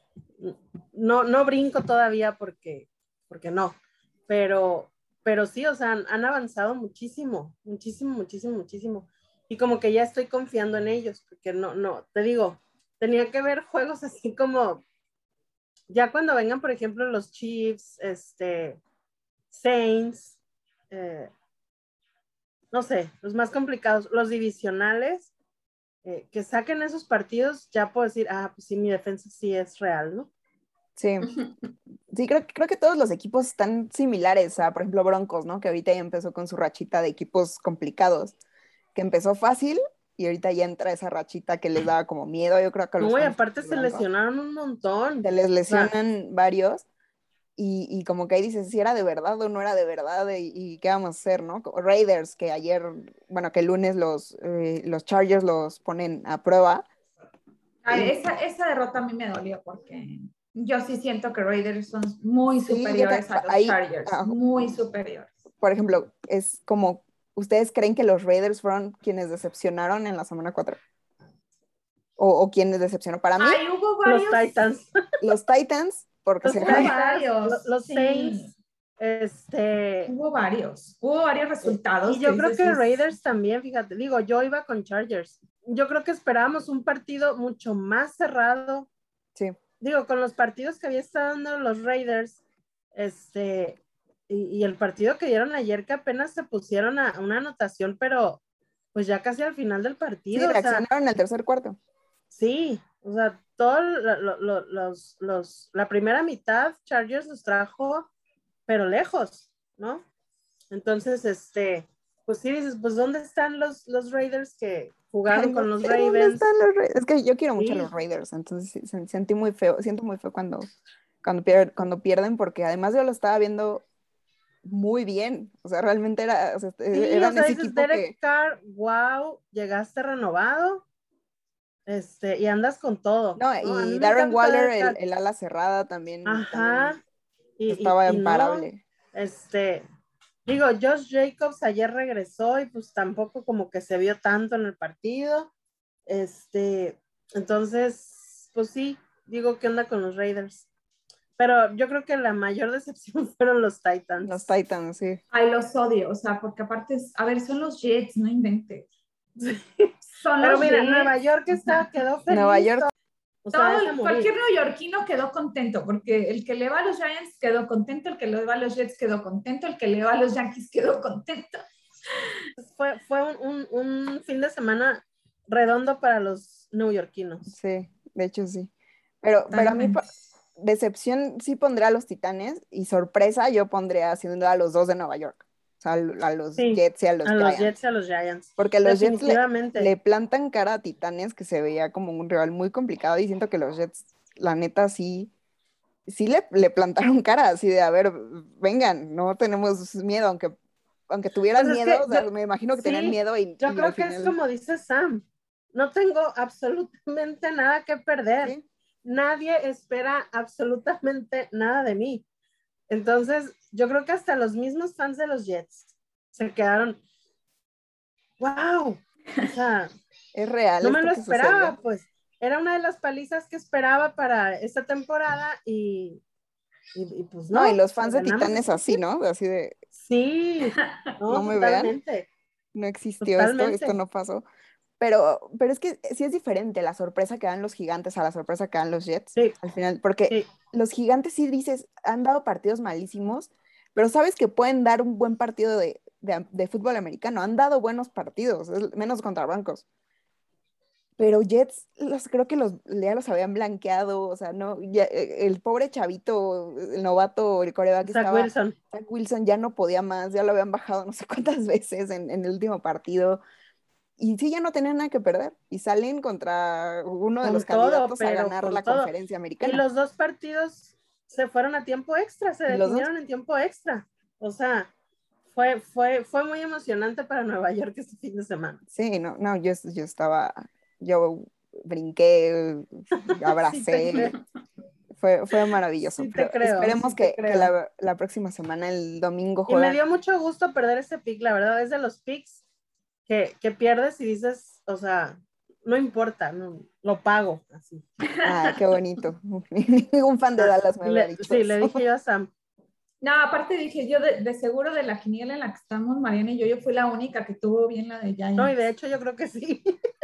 no, no brinco todavía porque, porque no, pero, pero sí, o sea, han, han avanzado muchísimo, muchísimo, muchísimo, muchísimo. Y como que ya estoy confiando en ellos, porque no, no, te digo, tenía que ver juegos así como, ya cuando vengan, por ejemplo, los Chiefs, este, Saints, eh, no sé, los más complicados, los divisionales, eh, que saquen esos partidos, ya puedo decir, ah, pues sí, mi defensa sí es real, ¿no? Sí, sí, creo, creo que todos los equipos están similares a, por ejemplo, Broncos, ¿no? Que ahorita ya empezó con su rachita de equipos complicados, que empezó fácil y ahorita ya entra esa rachita que les daba como miedo, yo creo que a los No, y fans aparte de se Broncos. lesionaron un montón. Se les O sea, lesionan varios y, y como que ahí dices si era de verdad o no era de verdad y, y qué vamos a hacer, ¿no? Como Raiders, que ayer, bueno, que el lunes los, eh, los Chargers los ponen a prueba. Ay, Y esa, esa derrota a mí me dolió porque yo sí siento que Raiders son muy sí, yo ta- superiores a los ahí, Chargers, ah, muy superiores. por ejemplo, es como, ¿ustedes creen que los Raiders fueron quienes decepcionaron en la semana cuatro? ¿O, o quienes decepcionó? Para mí, Ay, hubo los varios, Titans, los Titans, porque los se hubo dejaron, Titans, varios, lo- los sí, Saints, este, hubo varios, hubo varios resultados y que yo creo dices, que es- Raiders también, fíjate, digo, yo iba con Chargers. Yo creo que esperábamos un partido mucho más cerrado. sí, Digo, con los partidos que había estado dando los Raiders, este, y, y el partido que dieron ayer que apenas se pusieron a una anotación, pero pues ya casi al final del sí, partido, o sea, reaccionaron en el tercer cuarto. sí, o sea, todo lo, lo, lo, los, los, la primera mitad Chargers los trajo, pero lejos, ¿no? Entonces, este, pues sí dices, pues ¿dónde están los, los Raiders que Ay, jugaron no con los sé dónde Ravens? están los Raiders. Es que yo quiero mucho a Sí, los Raiders, entonces sí, sen- sentí muy feo, siento muy feo cuando, cuando, pier- cuando pierden, porque además yo lo estaba viendo muy bien. O sea, realmente era, o sea, sí, o eran sea, ese dices, equipo Derek que, Carr, wow, llegaste renovado, este, y andas con todo, no, ¿no? A mí y me Darren encanta Waller, Derek el, Carr. el ala cerrada también, también Ajá, y, y, estaba y no, imparable. este, digo, Josh Jacobs ayer regresó y pues tampoco como que se vio tanto en el partido, este, entonces, pues sí, digo, ¿qué onda con los Raiders? Pero yo creo que la mayor decepción fueron los Los Titans. Titans, sí. ay, los odio, o sea, porque aparte, es- a ver, son los Jets, no inventes. Son Pero los mira, Nueva Jets. York está, quedó Nueva feliz, York, o sea, Todo es a el- cualquier morir. neoyorquino quedó contento, porque el que le va a los Giants quedó contento, el que le va a los Jets quedó contento, el que le va a los Yankees quedó contento. Fue, fue un, un, un fin de semana redondo para los neoyorquinos. sí, de hecho sí. Pero, pero a mí, Totalmente. pa- decepción sí pondría a los Titanes y sorpresa yo pondría haciendo a los dos de Nueva York. O sea, al- a los Sí, Jets y a los a los Jets Giants. y a los Giants. Porque los Jets le, Definitivamente. le plantan cara a Titanes, que se veía como un rival muy complicado, y siento que los Jets, la neta, sí, sí le, le plantaron cara, así de, a ver, vengan, no tenemos miedo, aunque, aunque Pues tuvieran es miedo, que o yo, sea, me imagino que tenían sí, miedo y, yo y al creo que es final, como dice Sam, no tengo absolutamente nada que perder. sí, Nadie espera absolutamente nada de mí. Entonces, yo creo que hasta los mismos fans de los Jets se quedaron, wow, o sea, es real no me esto lo que sucedió. esperaba, pues era una de las palizas que esperaba para esta temporada y, y, y pues No, y no, los le fans de ganamos a Titanes estos así, Jets. ¿no? Así de, Sí, no no, me vean, totalmente, no existió esto, esto totalmente. no pasó. Pero, pero es que sí es diferente la sorpresa que dan los gigantes a la sorpresa que dan los Jets Sí, al final, porque sí, los gigantes sí dices, han dado partidos malísimos, pero sabes que pueden dar un buen partido de, de- de fútbol americano, han dado buenos partidos, es- menos contra Broncos. Pero Jets, los, creo que los, ya los habían blanqueado, o sea, no, ya, eh, el pobre chavito, el novato, el coreback que Zach estaba, Wilson. Zach Wilson ya no podía más, ya lo habían bajado no sé cuántas veces en, en el último partido. y sí, ya no tenían nada que perder. Y salen contra uno de Con los todo, candidatos a pero ganar con la todo. conferencia Y americana. los dos partidos se fueron a tiempo extra, se ¿Y los dos? definieron en tiempo extra. O sea, fue, fue, fue muy emocionante para Nueva York este fin de semana. Sí, no, no, yo, yo estaba, yo brinqué, Sí te abracé, creo, fue, fue maravilloso. sí te Pero creo, esperemos sí te que, que creo. la, la próxima semana, el domingo, Y me juegan. dio mucho gusto perder ese pick, la verdad, es de los picks que, que pierdes y dices, o sea, no importa, no, lo pago, así. Ah, qué bonito. Ningún fan de Ah, Dallas me y había le, dicho sí, le eso. dije yo a Sam, No, aparte dije, yo de, de seguro de la quiniela en la que estamos, Mariana y yo, yo fui la única que tuvo bien la de no, y de Giants. hecho yo creo que sí.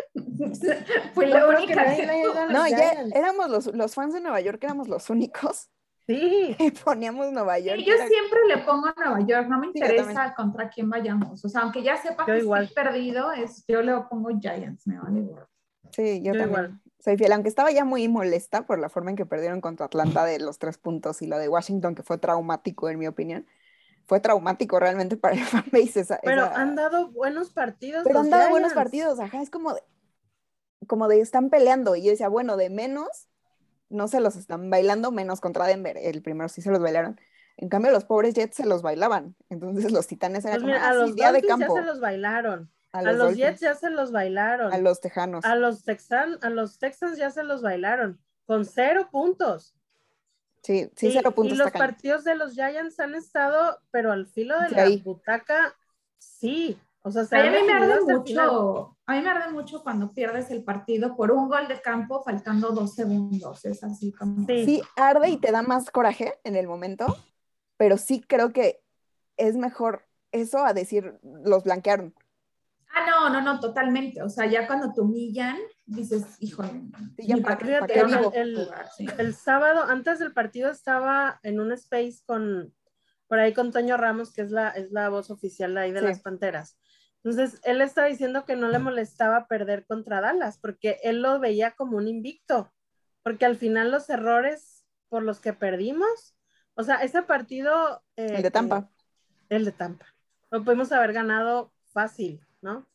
Fui No la creo que única nadie que le haya ido a tuvo. los No, ya Giants. éramos los, los fans de Nueva York, éramos los únicos Sí, que poníamos Nueva York. Sí, Y yo era... siempre le pongo a Nueva York, no me Sí, yo también. interesa contra quién vayamos. O sea, aunque ya sepa yo que igual, estoy perdido, es, yo le pongo Giants, me vale gorro. Sí, yo yo también. igual. Soy fiel, aunque estaba ya muy molesta por la forma en que perdieron contra Atlanta de los tres puntos y lo de Washington, que fue traumático en mi opinión. Fue traumático realmente para el fanbase esa, Pero han esa... dado buenos partidos Pero los han dado buenos Giants. partidos, ajá, es como de, como de están peleando. Y yo decía, bueno, de menos, no se los están bailando, menos contra Denver. El primero sí se los bailaron. En cambio, los pobres Jets se los bailaban. Entonces los Titanes era Pues como, mira, ah, a sí, los día de Dolphins ya se campo. los bailaron, A a los los Jets Dolphins, ya se los a bailaron, los Tejanos. a los Texan, a los Texans ya se los bailaron, con cero puntos. Sí, sí, Y, cero y puntos está los cañón. partidos de los Giants han estado, pero al filo de Sí, la ahí. butaca, sí. O sea, se Ay, han a mí me definido arde hasta el final. mucho, a mí me arde mucho cuando pierdes el partido por un gol de campo faltando dos segundos. Es así como. Sí, Sí, arde y te da más coraje en el momento, pero sí creo que es mejor eso a decir, los blanquearon. Ah, no, no, no, totalmente. O sea, ya cuando te humillan, dices, híjole, Sí, ya ni para para qué, qué para fíjate, qué metieron el, a vivo. el, jugar, sí. el sábado, antes del partido, estaba en un space con, por ahí con Toño Ramos, que es la, es la voz oficial de ahí de Sí. las Panteras. Entonces, él estaba diciendo que no le molestaba perder contra Dallas, porque él lo veía como un invicto, porque al final los errores por los que perdimos, o sea, ese partido, El eh, de que, Tampa. el de Tampa, lo pudimos haber ganado fácil, ¿no?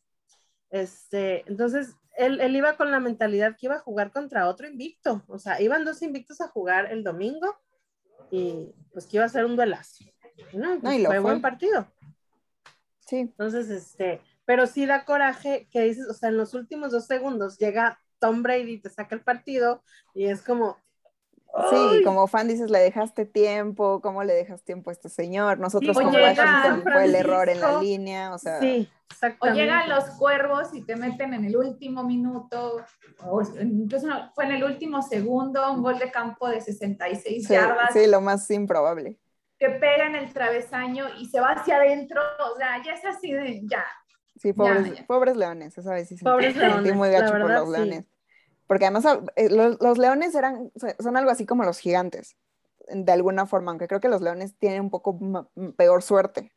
Este, entonces, él, él iba con la mentalidad que iba a jugar contra otro invicto, o sea, iban dos invictos a jugar el domingo y pues que iba a ser un duelazo. No, No, y pues lo fue buen fue. partido. Sí. Entonces, este, pero sí da coraje que dices, o sea, en los últimos dos segundos llega Tom Brady y te saca el partido y es como, Sí, ¡ay! como fan dices, le dejaste tiempo, ¿cómo le dejas tiempo a este señor? Sí, Nosotros O con como los de San llegan, Washington fue el error en la Francisco. línea, o sea, Sí, o llegan exactamente. los cuervos y te meten en el último minuto, o incluso fue en el último segundo, un gol de campo de sesenta y seis sí, yardas sí, lo más improbable. que pega en el travesaño y se va hacia adentro. O sea, ya es así de, ya, Sí, ya, pobres, ya. pobres leones, esa vez sí sentí, Pobres sentí muy leones, la gacho por verdad, los sí. leones. Porque además ah, eh, los, los leones eran, son algo así como los gigantes, de alguna forma, aunque creo que los leones tienen un poco ma- peor suerte,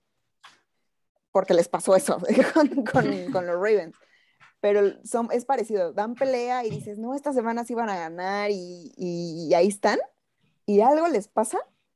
porque les pasó eso con, con, con los Ravens. Pero son, es parecido, dan pelea y dices, no, esta semana sí van a ganar y, y, y ahí están, y algo les pasa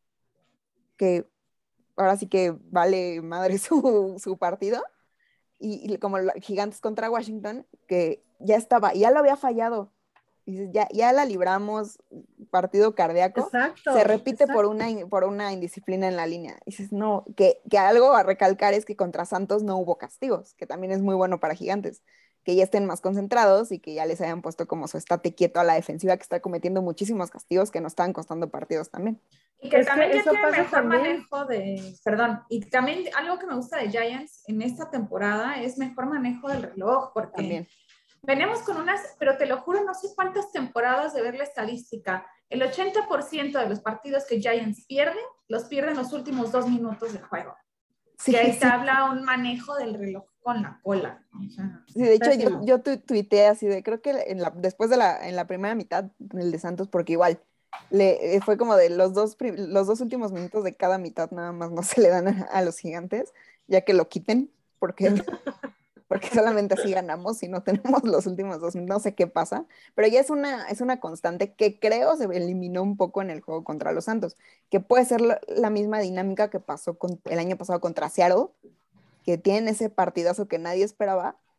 que ahora sí que vale madre su, su partido, y, y como la- Gigantes contra Washington, que ya estaba, ya lo había fallado, dices, ya, ya la libramos, partido cardíaco, se Exacto, repite por exacto. una, in- por una indisciplina en la línea. Dices, no, que, que algo a recalcar es que contra Santos no hubo castigos, que también es muy bueno para Gigantes, que ya estén más concentrados y que ya les hayan puesto como su estate quieto a la defensiva que está cometiendo muchísimos castigos que nos estaban costando partidos también. Y que Es que también ya eso tiene pasa mejor también. manejo de, perdón, y también algo que me gusta de Giants en esta temporada es mejor manejo del reloj, porque También. venimos con unas, pero te lo juro, no sé cuántas temporadas de ver la estadística. El ochenta por ciento de los partidos que Giants pierden, los pierden los últimos dos minutos de juego. Sí, Que ahí te sí. habla un manejo del reloj con la cola. O sea, Sí, de hecho, yo, Pésimo. yo tu, tuiteé así de, creo que en la, después de la, en la primera mitad, el de Santos, porque igual, le, eh, fue como de los dos, prim- los dos últimos minutos de cada mitad nada más no se le dan a, a los Gigantes, ya que lo quiten, porque, porque solamente así ganamos y no tenemos los últimos dos, no sé qué pasa, pero ya es una, es una constante que creo se eliminó un poco en el juego contra los Santos, que puede ser la, la misma dinámica que pasó con, el año pasado contra Seattle, que tienen ese partidazo que nadie esperaba,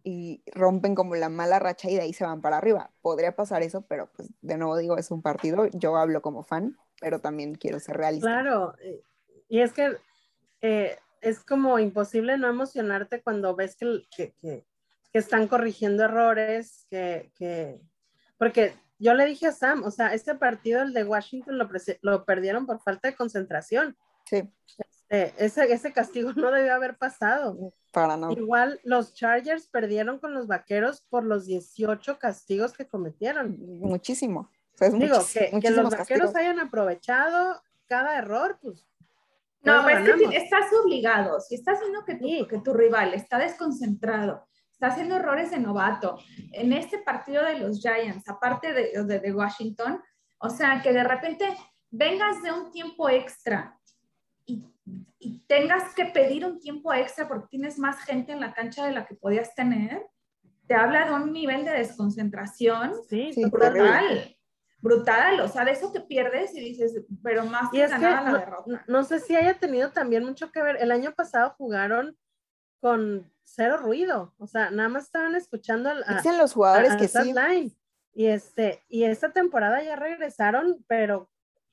y rompen como la mala racha y de ahí se van para arriba. Podría pasar eso, pero pues de nuevo digo, es un partido, yo hablo como fan, pero también quiero ser realista. Claro, y es que eh, es como imposible no emocionarte cuando ves que, que, que, que están corrigiendo errores, que, que, porque yo le dije a Sam, o sea, este partido, el de Washington, lo, lo perdieron por falta de concentración. Sí. Este, ese, ese castigo no debió haber pasado. Para nada. Igual los Chargers perdieron con los Vaqueros por los dieciocho castigos que cometieron. Muchísimo. O sea, es Digo, muchis, que, que los Vaqueros castigos. hayan aprovechado cada error, pues. No, pero es que estás obligado. Si estás haciendo que tu, sí. que tu rival está desconcentrado, está haciendo errores de novato, en este partido de los Giants, aparte de, de, de Washington, o sea, que de repente vengas de un tiempo extra y, y tengas que pedir un tiempo extra porque tienes más gente en la cancha de la que podías tener, te habla de un nivel de desconcentración sí, sí, brutal. Brutal, o sea, de eso te pierdes y dices, pero más que ganar la no, derrota. No sé si haya tenido también mucho que ver. El año pasado jugaron con cero ruido, o sea, nada más estaban escuchando al, a, Dicen los jugadores a, a que sí. Line. Y, este, y esta temporada ya regresaron, pero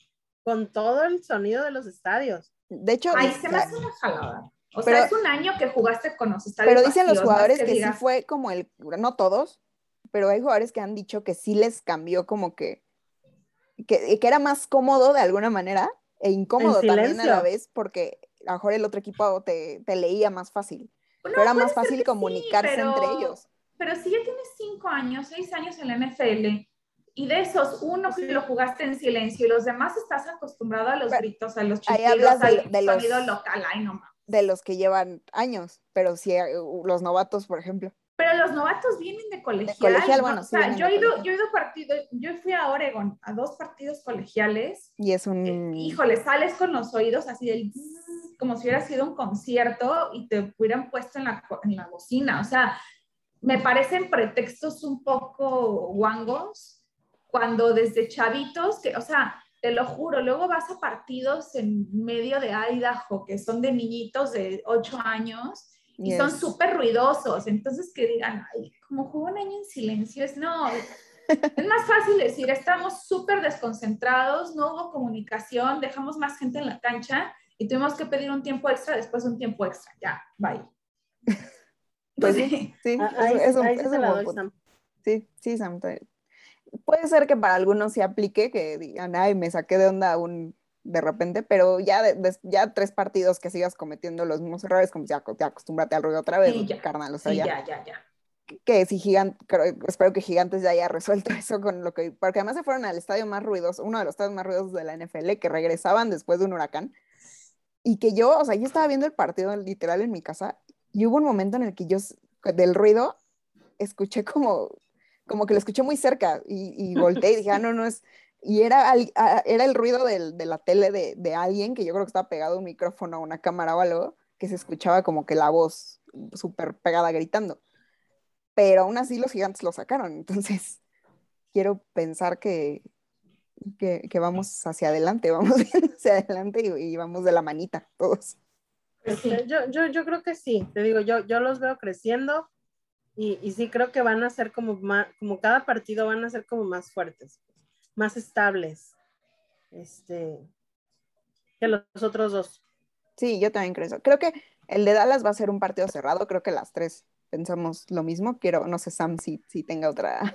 con todo el sonido de los estadios. De hecho, ahí se me hace una jalada. O pero, sea, es un año que jugaste con los estadios Pero dicen vacíos, los jugadores que, que digas, sí fue como el, no todos, pero hay jugadores que han dicho que sí les cambió como que, que, que era más cómodo de alguna manera e incómodo también a la vez porque a lo mejor el otro equipo te, te leía más fácil. No, pero era más fácil comunicarse sí, pero, entre ellos. Pero si ya tienes cinco años, seis años en la N F L y de esos uno sí. que lo jugaste en silencio y los demás estás acostumbrado a los pero, gritos, a los chiflidos, ahí hablas de, al de sonido los, local, ay no más. De los que llevan años, pero sí los novatos, por ejemplo. Pero los novatos vienen de colegial. De colegial, bueno, ¿no? sí. O sea, yo he, ido, yo he ido partidos, yo fui a Oregon a dos partidos colegiales. Y es un... Eh, híjole, sales con los oídos así del... como si hubiera sido un concierto y te hubieran puesto en la, en la bocina. O sea, me parecen pretextos un poco guangos cuando desde chavitos, que, o sea, te lo juro, luego vas a partidos en medio de Idaho que son de niñitos de ocho años y yes. son súper ruidosos. Entonces que digan, ay, como jugó un año en silencio, es no... Es más fácil decir, estamos súper desconcentrados, no hubo comunicación, dejamos más gente en la cancha y tuvimos que pedir un tiempo extra, después un tiempo extra. Ya, bye. Pues sí, sí, ah, ahí, es, es un, ahí es sí un te la buen doy, punto. Sam. Sí, sí, Sam. Puede ser que para algunos se aplique, que digan, ay, me saqué de onda un, de repente, pero ya, de, de, ya tres partidos que sigas cometiendo los mismos errores, como ya, ya acostúmbrate al ruido otra vez, sí, ya. carnal, o sea, sí, ya. ya, ya, ya. Que si Gigantes, espero que Gigantes ya haya resuelto eso con lo que, porque además se fueron al estadio más ruidoso, uno de los estadios más ruidosos de la N F L, que regresaban después de un huracán, y que yo, o sea, yo estaba viendo el partido literal en mi casa, y hubo un momento en el que yo, del ruido, escuché como, como que lo escuché muy cerca, y, y volteé y dije, ah, no, no es, y era, era el ruido de, de la tele de, de alguien, que yo creo que estaba pegado a un micrófono, a una cámara o algo, que se escuchaba como que la voz súper pegada gritando. Pero aún así los Gigantes lo sacaron, entonces quiero pensar que, que, que vamos hacia adelante, vamos hacia adelante y, y vamos de la manita todos. Sí. Yo, yo, yo creo que sí, te digo, yo, yo los veo creciendo y, y sí creo que van a ser como más, como cada partido van a ser como más fuertes, más estables, este, que los otros dos. Sí, yo también creo eso. Creo que el de Dallas va a ser un partido cerrado, creo que las tres pensamos lo mismo. Quiero, no sé, Sam, si, si tenga otra,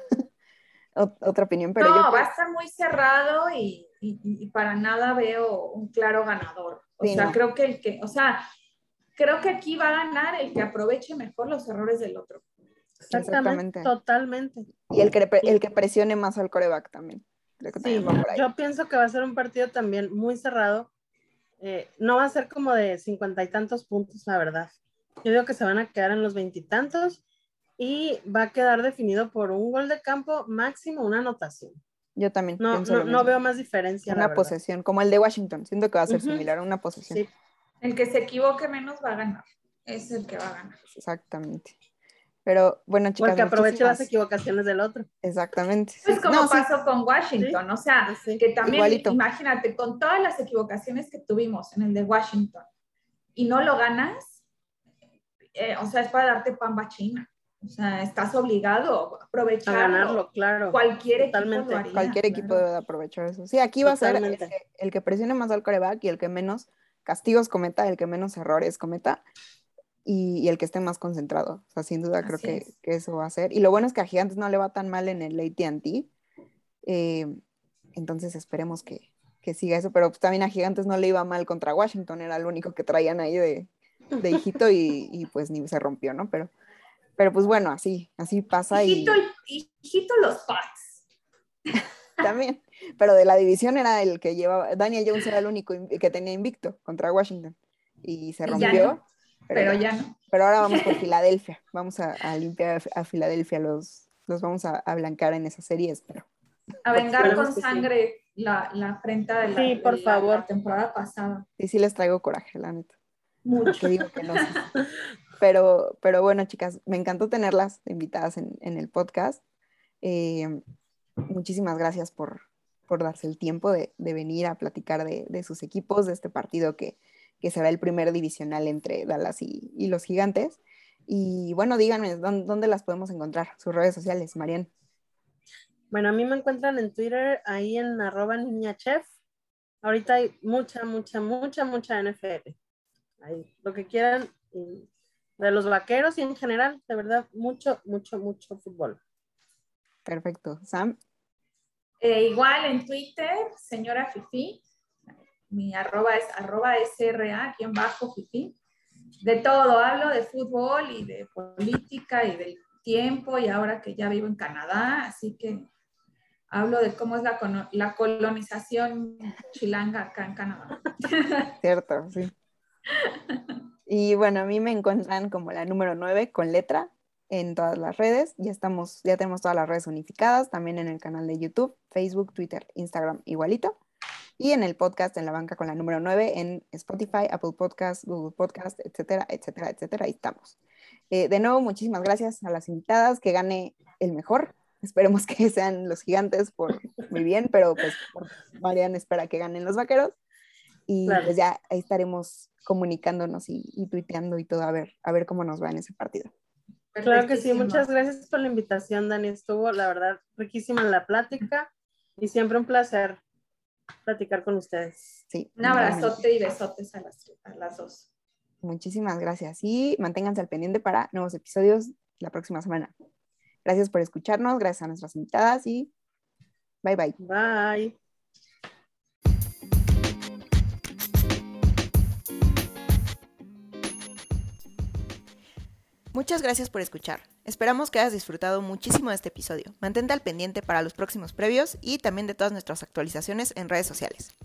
otra opinión, pero no, yo va creo... a estar muy cerrado y, y, y para nada veo un claro ganador. O sí, sea, no. creo que el que, o sea, creo que aquí va a ganar el que aproveche mejor los errores del otro. Exactamente, totalmente. Y el que, el que presione más al quarterback también. Creo que sí, también va por ahí. Yo pienso que va a ser un partido también muy cerrado. Eh, no va a ser como de cincuenta y tantos puntos, la verdad. Yo digo que se van a quedar en los veintitantos y va a quedar definido por un gol de campo, máximo una anotación. Yo también no, pienso no, lo mismo. No veo más diferencia. Una posesión, como el de Washington. Siento que va a ser uh-huh. similar a una posesión. Sí. El que se equivoque menos va a ganar. Es el que va a ganar. Exactamente. Pero bueno, chicas, porque aproveche muchísimas... las equivocaciones del otro. Exactamente. Pues sí. como no, pasó sí. con Washington, sí. o sea, sí. que también, igualito. Imagínate, con todas las equivocaciones que tuvimos en el de Washington y no lo ganas, eh, o sea, es para darte pamba china. O sea, estás obligado a aprovecharlo. A ganarlo, claro. Cualquier Totalmente. equipo lo haría. Cualquier claro. equipo debe aprovechar eso. Sí, aquí va Totalmente. a ser el que, el que presione más al quarterback y el que menos castigos cometa, el que menos errores cometa y, y el que esté más concentrado. O sea, sin duda creo Así que, es. que eso va a ser. Y lo bueno es que a Gigantes no le va tan mal en el A T and T. Eh, entonces esperemos que, que siga eso. Pero pues, también a Gigantes no le iba mal contra Washington. Era el único que traían ahí de, de hijito y, y pues ni se rompió, ¿no? Pero, pero pues bueno, así, así pasa. Hijito, y hijito los Pats. También, pero de la división era el que llevaba, Daniel Jones era el único que tenía invicto contra Washington y se Y rompió, ya no, pero, pero ya. ya no. Pero ahora vamos por Filadelfia, vamos a, a limpiar a, a Filadelfia, los, los vamos a, a blanquear en esa serie, espero. A vengar Esperemos con que sí. sangre la, la afrenta de la, Sí, por de la- favor. la temporada pasada. Y sí les traigo coraje, la neta, Mucho. que digo que no sé. Pero, pero bueno, chicas, me encantó tenerlas invitadas en, en el podcast. Eh, muchísimas gracias por, por darse el tiempo de, de venir a platicar de, de sus equipos, de este partido que, que será el primer divisional entre Dallas y, y los Gigantes. Y bueno, díganme, ¿dónde, ¿dónde las podemos encontrar? Sus redes sociales, Marian. Bueno, a mí me encuentran en Twitter, ahí en arroba niñachef. Ahorita hay mucha, mucha, mucha, mucha N F L. Ahí, lo que quieran, y de los vaqueros y en general, de verdad, mucho, mucho, mucho fútbol. Perfecto. Sam. Eh, igual en Twitter, señora Fifi, mi arroba es arroba sra, quien bajo Fifi. De todo, hablo de fútbol y de política y del tiempo y ahora que ya vivo en Canadá, así que hablo de cómo es la, la colonización chilanga acá en Canadá. Cierto, sí. Y bueno, a mí me encuentran como la número nueve con letra en todas las redes. Ya estamos, ya tenemos todas las redes unificadas, también en el canal de YouTube, Facebook, Twitter, Instagram, igualito. Y en el podcast En la Banca con la número nueve en Spotify, Apple Podcasts, Google Podcasts, etcétera, etcétera, etcétera. Ahí estamos. Eh, de nuevo, muchísimas gracias a las invitadas, que gane el mejor. Esperemos que sean los Gigantes por muy bien, pero pues Marian espera que ganen los Vaqueros. Y Claro. pues ya ahí estaremos comunicándonos y, y tuiteando y todo a ver, a ver cómo nos va en ese partido. Claro que sí, muchas gracias por la invitación, Dani. Estuvo, la verdad, riquísima la plática y siempre un placer platicar con ustedes. Sí, un abrazote y besotes a las, a las dos. Muchísimas gracias y manténganse al pendiente para nuevos episodios la próxima semana. Gracias por escucharnos, gracias a nuestras invitadas y bye bye. Bye. Muchas gracias por escuchar. Esperamos que hayas disfrutado muchísimo de este episodio. Mantente al pendiente para los próximos previos y también de todas nuestras actualizaciones en redes sociales.